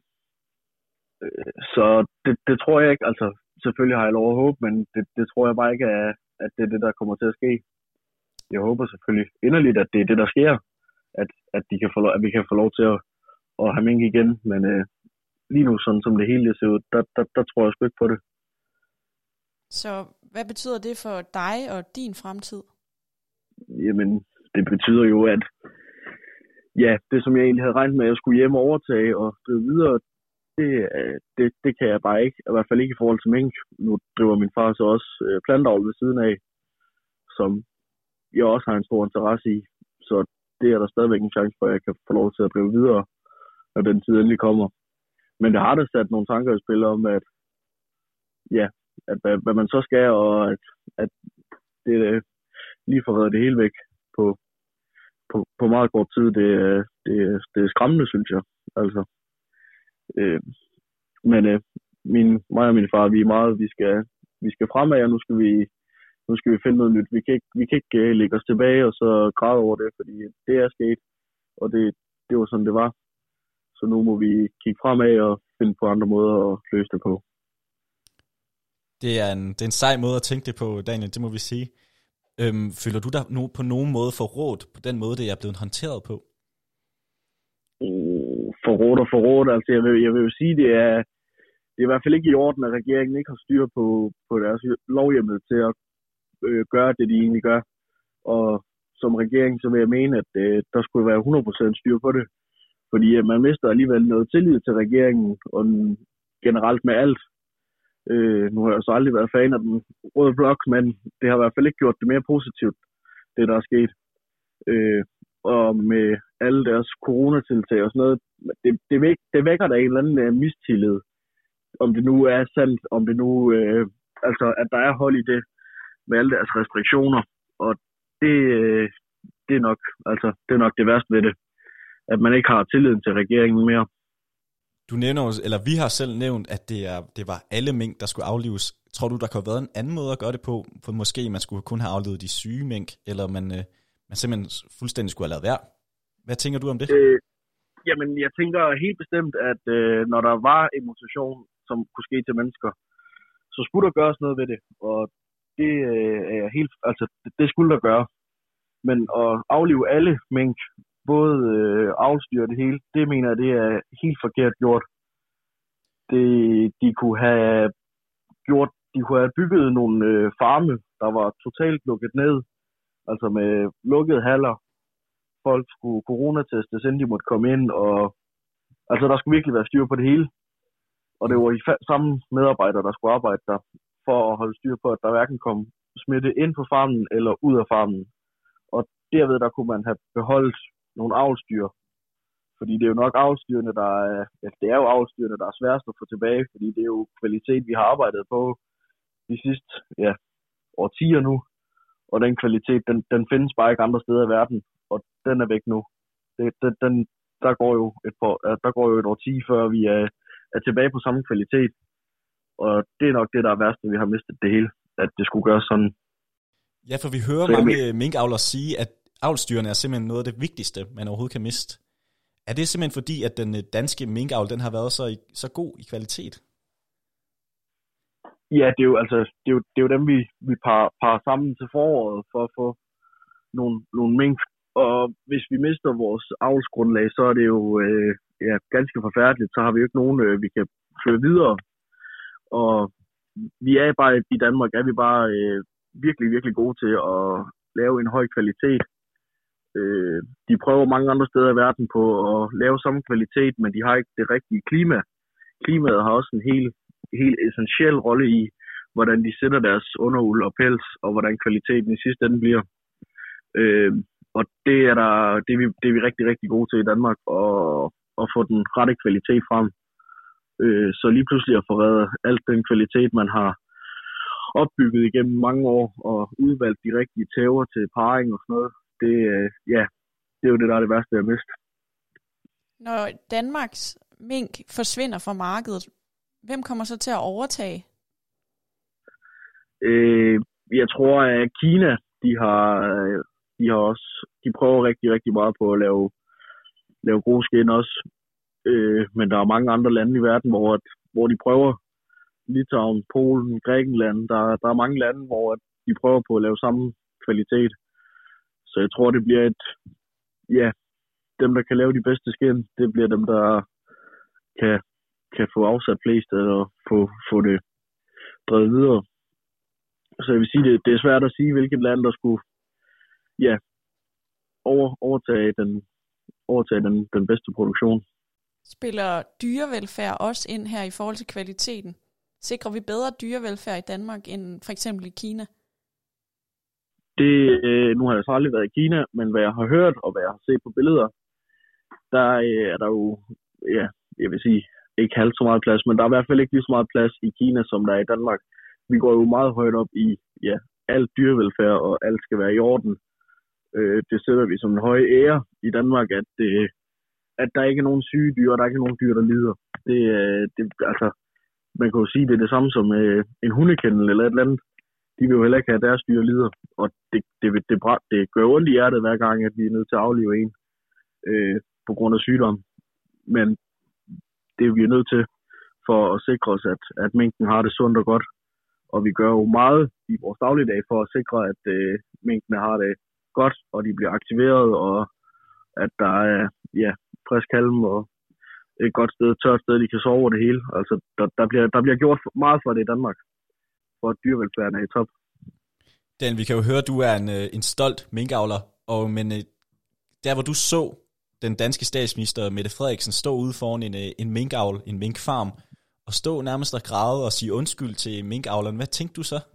Så det, det tror jeg ikke, altså selvfølgelig har jeg lov at håbe, men det, det tror jeg bare ikke, er, at det er det, der kommer til at ske. Jeg håber selvfølgelig inderligt, at det er det, der sker, at, at, de kan få lov, at vi kan få lov til at, at have mink igen, men øh, lige nu, sådan som det hele ser ud, der, der, der tror jeg sgu ikke på det. Så hvad betyder det for dig og din fremtid? Jamen, det betyder jo, at ja, det som jeg egentlig havde regnet med, at jeg skulle hjem og overtage og drive videre, Det, det, det kan jeg bare ikke, i hvert fald ikke i forhold til mink. Nu driver min far så også øh, plantavl ved siden af, som jeg også har en stor interesse i. Så det er der stadigvæk en chance for, at jeg kan få lov til at drive videre, når den tid endelig kommer. Men det har da sat nogle tanker i spil om, at ja, at hvad, hvad man så skal, og at, at det lige får reddet det hele væk på, på, på meget kort tid, det, det, det er skræmmende, synes jeg. Altså. Øh, men øh, min, mig og min far, vi er meget, vi skal, vi skal fremad, og nu skal vi, nu skal vi finde noget nyt. Vi kan ikke, vi kan ikke uh, lægge os tilbage og så græde over det, fordi det er sket, og det, det var sådan, det var. Så nu må vi kigge fremad og finde på andre måder at løse det på. Det er en, det er en sej måde at tænke det på, Daniel, det må vi sige. Øhm, føler du dig no, på nogen måde forrådt på den måde, det er blevet håndteret på? Uh, forrådt og forrådt. Altså, jeg vil, jeg vil jo sige, det er, det er i hvert fald ikke i orden, at regeringen ikke har styr på, på deres lovhjemmel til at øh, gøre det, de egentlig gør. Og som regering, så vil jeg mene, at øh, der skulle være hundrede procent styr på det. Fordi at man mister alligevel noget tillid til regeringen, og generelt med alt. Øh, nu har jeg så aldrig været fan af den røde blok, men det har i hvert fald ikke gjort det mere positivt, det der er sket. Øh, og med alle deres coronatiltag og sådan noget, det, det, væk, det vækker der en eller anden uh, mistillid. Om det nu er sandt, om det nu, øh, altså at der er hold i det, med alle deres restriktioner. Og det, øh, det, er nok, altså, det er nok det værste ved det, at man ikke har tilliden til regeringen mere. Du nævner, eller vi har selv nævnt, at det, er, det var alle mink, der skulle aflives. Tror du, der kunne have været en anden måde at gøre det på? For måske man skulle kun have aflivet de syge mink, eller man, øh, man simpelthen fuldstændig skulle have lavet være. Hvad tænker du om det? Øh, jamen, jeg tænker helt bestemt, at øh, når der var en mutation, som kunne ske til mennesker, så skulle der gøres noget ved det. Og det øh, er jeg helt, altså det, det skulle der gøre. Men at aflive alle mink, både øh, avlsdyr og det hele, det mener jeg, det er helt forkert gjort. Det, de kunne have gjort, de kunne have bygget nogle øh, farme, der var totalt lukket ned, altså med lukkede haller. Folk skulle coronatestes, inden de måtte komme ind, og altså der skulle virkelig være styr på det hele. Og det var de fa- samme medarbejdere, der skulle arbejde der, for at holde styr på, at der hverken kom smitte ind på farmen eller ud af farmen. Og derved der kunne man have beholdt nogle avlsdyr. Fordi det er jo nok avlsdyrene, der er, ja, det er jo avlsdyrene, der er sværest at få tilbage, fordi det er jo kvalitet, vi har arbejdet på de sidste ja, årtier nu. Og den kvalitet, den, den findes bare ikke andre steder i verden, og den er væk nu. Det, den, den, der, går jo et par, der går jo et årti, før vi er, er tilbage på samme kvalitet. Og det er nok det, der er værst, at vi har mistet det hele, at det skulle gøres sådan. Ja, for vi hører mange minkavlere sige, at avlsdyrene er simpelthen noget af det vigtigste, man overhovedet kan miste. Er det simpelthen fordi, at den danske minkavl, den har været så, så god i kvalitet? Ja, det er jo, altså, det er jo, det er jo dem, vi, vi parer, parer sammen til foråret for at få nogle, nogle mink. Og hvis vi mister vores avlsgrundlag, så er det jo øh, ja, ganske forfærdeligt. Så har vi jo ikke nogen, øh, vi kan føre videre. Og vi er bare i Danmark, er vi bare øh, virkelig, virkelig gode til at lave en høj kvalitet. Øh, de prøver mange andre steder i verden på at lave samme kvalitet, men de har ikke det rigtige klima. Klimaet har også en helt, helt essentiel rolle i, hvordan de sætter deres underuld og pels, og hvordan kvaliteten i sidste ende bliver. Øh, og det er, der, det, er vi, det er vi rigtig, rigtig gode til i Danmark, og, at få den rette kvalitet frem. Øh, så lige pludselig at forrede alt den kvalitet, man har opbygget igennem mange år, og udvalgt de rigtige tæver til parring og sådan noget, det, øh, ja, det er jo det, der er det værste at miste. Når Danmarks mink forsvinder fra markedet, hvem kommer så til at overtage? Øh, jeg tror, at Kina, de har, de har også, de prøver rigtig, rigtig meget på at lave, lave gode skin også. Øh, men der er mange andre lande i verden, hvor, at, hvor de prøver. Litauen, Polen, Grækenland, der, der er mange lande, hvor at de prøver på at lave samme kvalitet. Så jeg tror, det bliver et, ja, dem, der kan lave de bedste skin, det bliver dem, der kan, kan få afsat flest, eller få, få det drevet videre. Så jeg vil sige, det, det er svært at sige, hvilket land, der skulle, ja, over, overtage, den, overtage den, den bedste produktion. Spiller dyrevelfærd også ind her i forhold til kvaliteten? Sikrer vi bedre dyrevelfærd i Danmark end for eksempel i Kina? Det, øh, nu har jeg så aldrig været i Kina, men hvad jeg har hørt og hvad jeg har set på billeder, der øh, er der jo, ja, jeg vil sige, ikke halvt så meget plads, men der er i hvert fald ikke lige så meget plads i Kina, som der er i Danmark. Vi går jo meget højt op i, ja, alt dyrevelfærd, og alt skal være i orden. Øh, det sætter vi som en høj ære i Danmark, at, øh, at der ikke er nogen syge dyr, og der er ikke nogen dyr, der lider. Det, øh, det, altså, man kan jo sige, det er det samme som øh, en hundekendel eller et eller andet. De vil jo heller ikke have deres dyr lider, og det, det, det, det, det gør ondt i hjertet hver gang, at vi er nødt til at aflive en øh, på grund af sygdom. Men det er vi nødt til for at sikre os, at, at minken har det sundt og godt, og vi gør jo meget i vores dagligdag for at sikre, at øh, minkene har det godt, og de bliver aktiveret, og at der er ja, frisk halm og et godt sted, et tørt sted, de kan sove over det hele. Altså, der, der, bliver, der bliver gjort meget for det i Danmark, for at dyrevelfærden er i top. Dan, vi kan jo høre, at du er en, en stolt minkavler, og, men der hvor du så den danske statsminister Mette Frederiksen stå ude foran en, en minkavl, en minkfarm, og stå nærmest og græde og sige undskyld til minkavleren, hvad tænkte du så?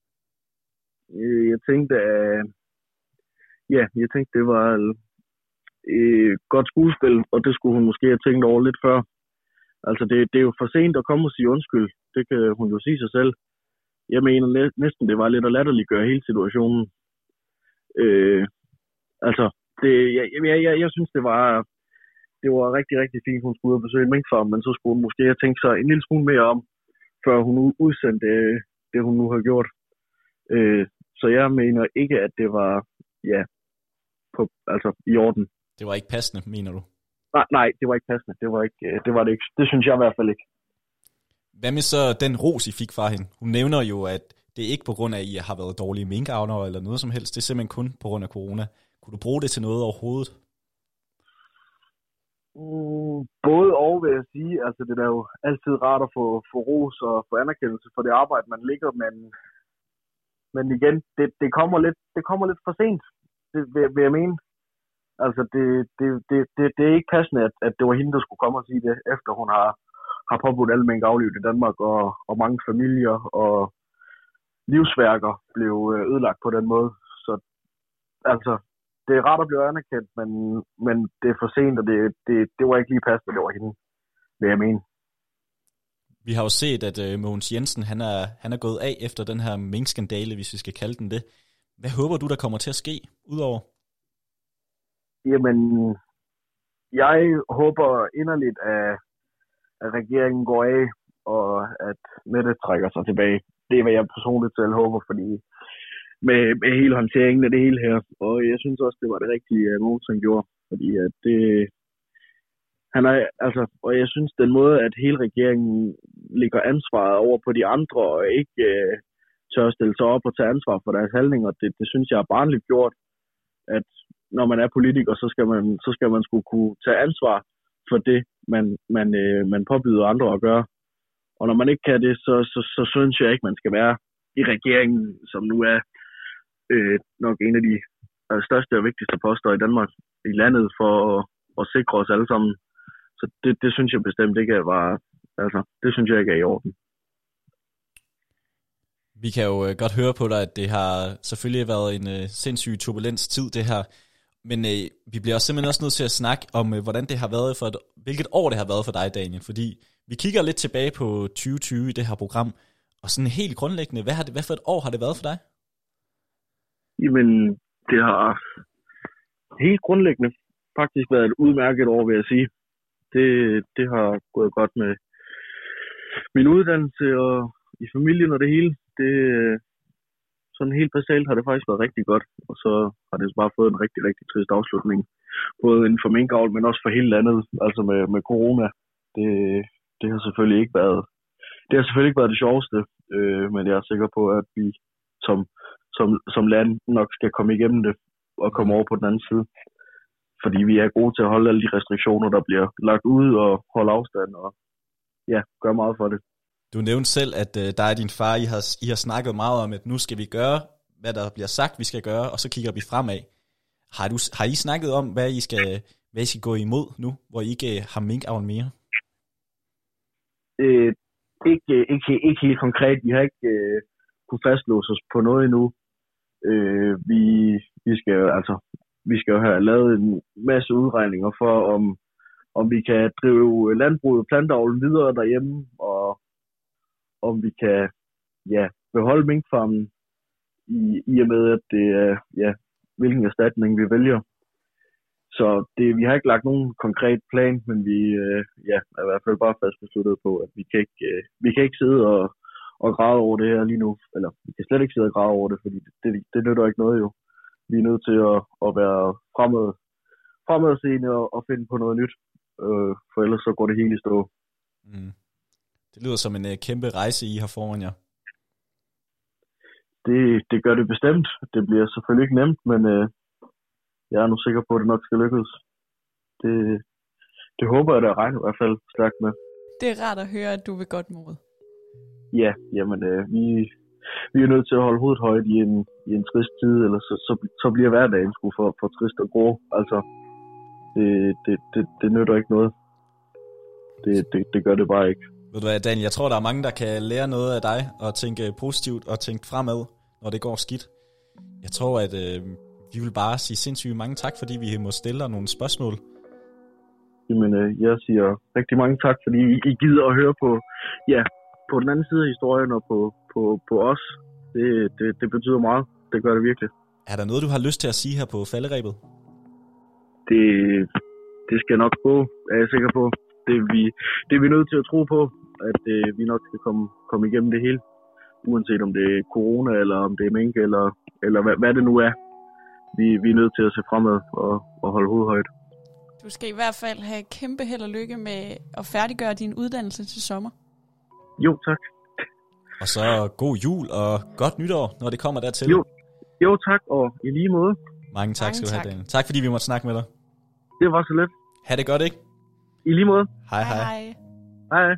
Jeg tænkte, at ja, jeg tænkte, det var et godt skuespil, og det skulle hun måske have tænkt over lidt før. Altså, det, det er jo for sent at komme og sige undskyld. Det kan hun jo sige sig selv. Jeg mener næsten, det var lidt at latterliggøre hele situationen. Øh, altså, det, jeg, jeg, jeg, jeg synes, det var, det var rigtig, rigtig fint, hun skulle ud og besøge en minkfarm, men så skulle hun måske have tænkt sig en lille smule mere om, før hun udsendte det, hun nu har gjort. Øh, så jeg mener ikke, at det var, ja, på, altså i orden. Det var ikke passende, mener du? Nej, nej, det var ikke passende. Det var, ikke, det var det ikke. Det synes jeg i hvert fald ikke. Hvad med så den ros, I fik fra hende? Hun nævner jo, at det er ikke på grund af, at I har været dårlige minkavlere eller noget som helst. Det er simpelthen kun på grund af corona. Kunne du bruge det til noget overhovedet? Mm, både og, vil jeg sige. Altså, det er jo altid rart at få, få ros og få anerkendelse for det arbejde, man ligger, men, men igen, det, det, kommer lidt, det kommer lidt for sent, det vil, vil jeg mene. Altså, det, det, det, det, det er ikke passende, at, at det var hende, der skulle komme og sige det, efter hun har, har påbudt alle mink aflivet i Danmark, og, og mange familier og livsværker blev ødelagt på den måde. Så altså, det er rart at blive anerkendt, men, men det er for sent, og det, det, det var ikke lige passende, det var hende, vil jeg mene. Vi har jo set, at uh, Mogens Jensen, han er, han er gået af efter den her minkskandale, hvis vi skal kalde den det. Hvad håber du, der kommer til at ske, udover? Jamen, jeg håber inderligt, at, at regeringen går af, og at Mette trækker sig tilbage. Det er, hvad jeg personligt selv håber, fordi med, med hele håndteringen af det hele her. Og jeg synes også, det var det rigtige, at Mogens gjorde. Fordi at det, han er, altså, og jeg synes, den måde, at hele regeringen lægger ansvaret over på de andre, og ikke øh, tør at stille sig op og tage ansvar for deres handlinger, det, det synes jeg er barnligt gjort, at når man er politiker, så skal man, så skal man skulle kunne tage ansvar for det, man, man, øh, man påbyder andre at gøre. Og når man ikke kan det, så, så, så synes jeg ikke, man skal være i regeringen, som nu er øh, nok en af de største og vigtigste poster i Danmark, i landet, for at, at sikre os alle sammen. Så det, det synes jeg bestemt ikke var, altså, det synes jeg ikke er i orden. Vi kan jo godt høre på dig, at det har selvfølgelig været en uh, sindssyg turbulens tid, det her. Men uh, vi bliver også simpelthen også nødt til at snakke om, uh, hvordan det har været for et, hvilket år det har været for dig, Daniel. Fordi vi kigger lidt tilbage på tyve tyve i det her program, og sådan helt grundlæggende, hvad, har det, hvad for et år har det været for dig? Jamen, det har helt grundlæggende faktisk været et udmærket år, vil jeg sige. Det, det har gået godt med min uddannelse og i familien og det hele. Det, sådan helt basalt har det faktisk været rigtig godt, og så har det bare fået en rigtig, rigtig trist afslutning. Både inden for minkavl, men også for hele landet, altså med, med corona. Det, det har selvfølgelig ikke været det har selvfølgelig ikke været det sjoveste, øh, men jeg er sikker på, at vi som, som, som land nok skal komme igennem det og komme over på den anden side. Fordi vi er gode til at holde alle de restriktioner, der bliver lagt ud, og holde afstand og ja, gøre meget for det. Du nævnte selv, at uh, dig og din far, I har, I har snakket meget om, at nu skal vi gøre, hvad der bliver sagt, vi skal gøre, og så kigger vi fremad. Har, du, har I snakket om, hvad I skal, hvad I skal gå imod nu, hvor I ikke har minkavl mere? Øh, ikke, ikke, ikke helt konkret. Vi har ikke øh, kunne fastlåse os på noget endnu. Øh, vi, vi, skal, altså, vi skal jo have lavet en masse udregninger for, om, om vi kan drive landbruget og planteavlen videre derhjemme, og om vi kan ja, beholde minkfarmen i, i og med, at det er ja, hvilken erstatning vi vælger. Så det, vi har ikke lagt nogen konkret plan, men vi øh, ja, er i hvert fald bare fast besluttet på, at vi kan ikke, øh, vi kan ikke sidde og, og græde over det her lige nu. Eller vi kan slet ikke sidde og græde over det, fordi det, det, det nytter ikke noget jo. Vi er nødt til at, at være fremad, fremadseende og, og finde på noget nyt, øh, for ellers så går det hele i stå. Mm. Det lyder som en uh, kæmpe rejse, I har foran jer. det, det gør det bestemt. Det bliver selvfølgelig ikke nemt, men øh, jeg er nu sikker på, at det nok skal lykkes. Det, det håber jeg, der regner i hvert fald stærkt med. Det er rart at høre, at du vil godt mod. Ja, jamen øh, vi, vi er nødt til at holde hovedet højt i en, i en trist tid, eller så, så, så bliver hverdagen sgu for, for trist og grå. Altså, det, det, det, det nytter ikke noget. Det, det, det gør det bare ikke. Ved du hvad, Daniel, jeg tror, der er mange, der kan lære noget af dig, og tænke positivt og tænke fremad, når det går skidt. Jeg tror, at øh, vi vil bare sige sindssygt mange tak, fordi vi må stille dig nogle spørgsmål. Jamen, øh, jeg siger rigtig mange tak, fordi I, I gider at høre på, ja, på den anden side af historien og på, på, på os. Det, det, det betyder meget. Det gør det virkelig. Er der noget, du har lyst til at sige her på falderebet? Det, det skal nok gå, er jeg sikker på. Det er vi, det er vi nødt til at tro på, at øh, vi nok skal komme, komme igennem det hele. Uanset om det er corona, eller om det er mink, eller, eller hvad, hvad det nu er. Vi, vi er nødt til at se fremad og, og holde hovedet højt. Du skal i hvert fald have kæmpe held og lykke med at færdiggøre din uddannelse til sommer. Jo, tak. Og så god jul og godt nytår, når det kommer dertil. Jo, jo tak, og i lige måde. Mange tak Mange skal du tak. have, Daniel. Tak fordi vi måtte snakke med dig. Det var så let. Ha' det godt, ikke? I lige måde. Hej hej. hej. Hej.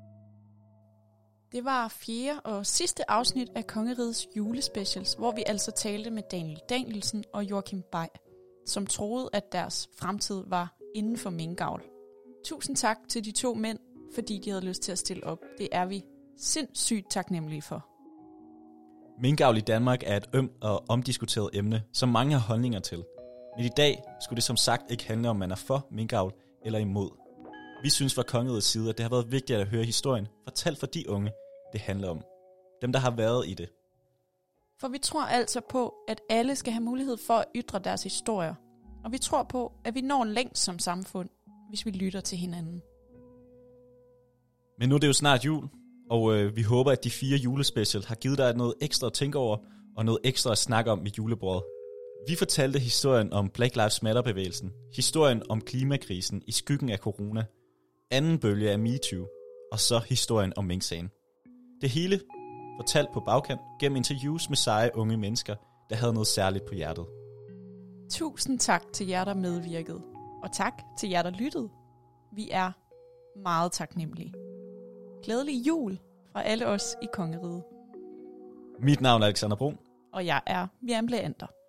Det var fjerde og sidste afsnit af Kongerigets julespecials, hvor vi altså talte med Daniel Danielsen og Joachim Bay, som troede, at deres fremtid var inden for minkavl. Tusind tak til de to mænd, fordi de havde lyst til at stille op. Det er vi sindssygt taknemmelige for. Minkavl i Danmark er et ømt og omdiskuteret emne, som mange har holdninger til. Men i dag skulle det som sagt ikke handle om, man er for minkavl eller imod. Vi synes fra Kongerigets side, at det har været vigtigt at høre historien fortalt for de unge, det handler om. Dem, der har været i det. For vi tror altså på, at alle skal have mulighed for at ytre deres historier. Og vi tror på, at vi når længst som samfund, hvis vi lytter til hinanden. Men nu er det jo snart jul, og øh, vi håber, at de fire julespecial har givet dig noget ekstra at tænke over, og noget ekstra at snakke om ved julebordet. Vi fortalte historien om Black Lives Matter-bevægelsen, historien om klimakrisen i skyggen af corona, anden bølge af MeToo, og så historien om minksagen. Det hele fortalt på bagkant gennem interviews med seje unge mennesker, der havde noget særligt på hjertet. Tusind tak til jer, der medvirkede. Og tak til jer, der lyttede. Vi er meget taknemmelige. Glædelig jul fra alle os i Kongeriget. Mit navn er Alexander Brun. Og jeg er Miriam Leander.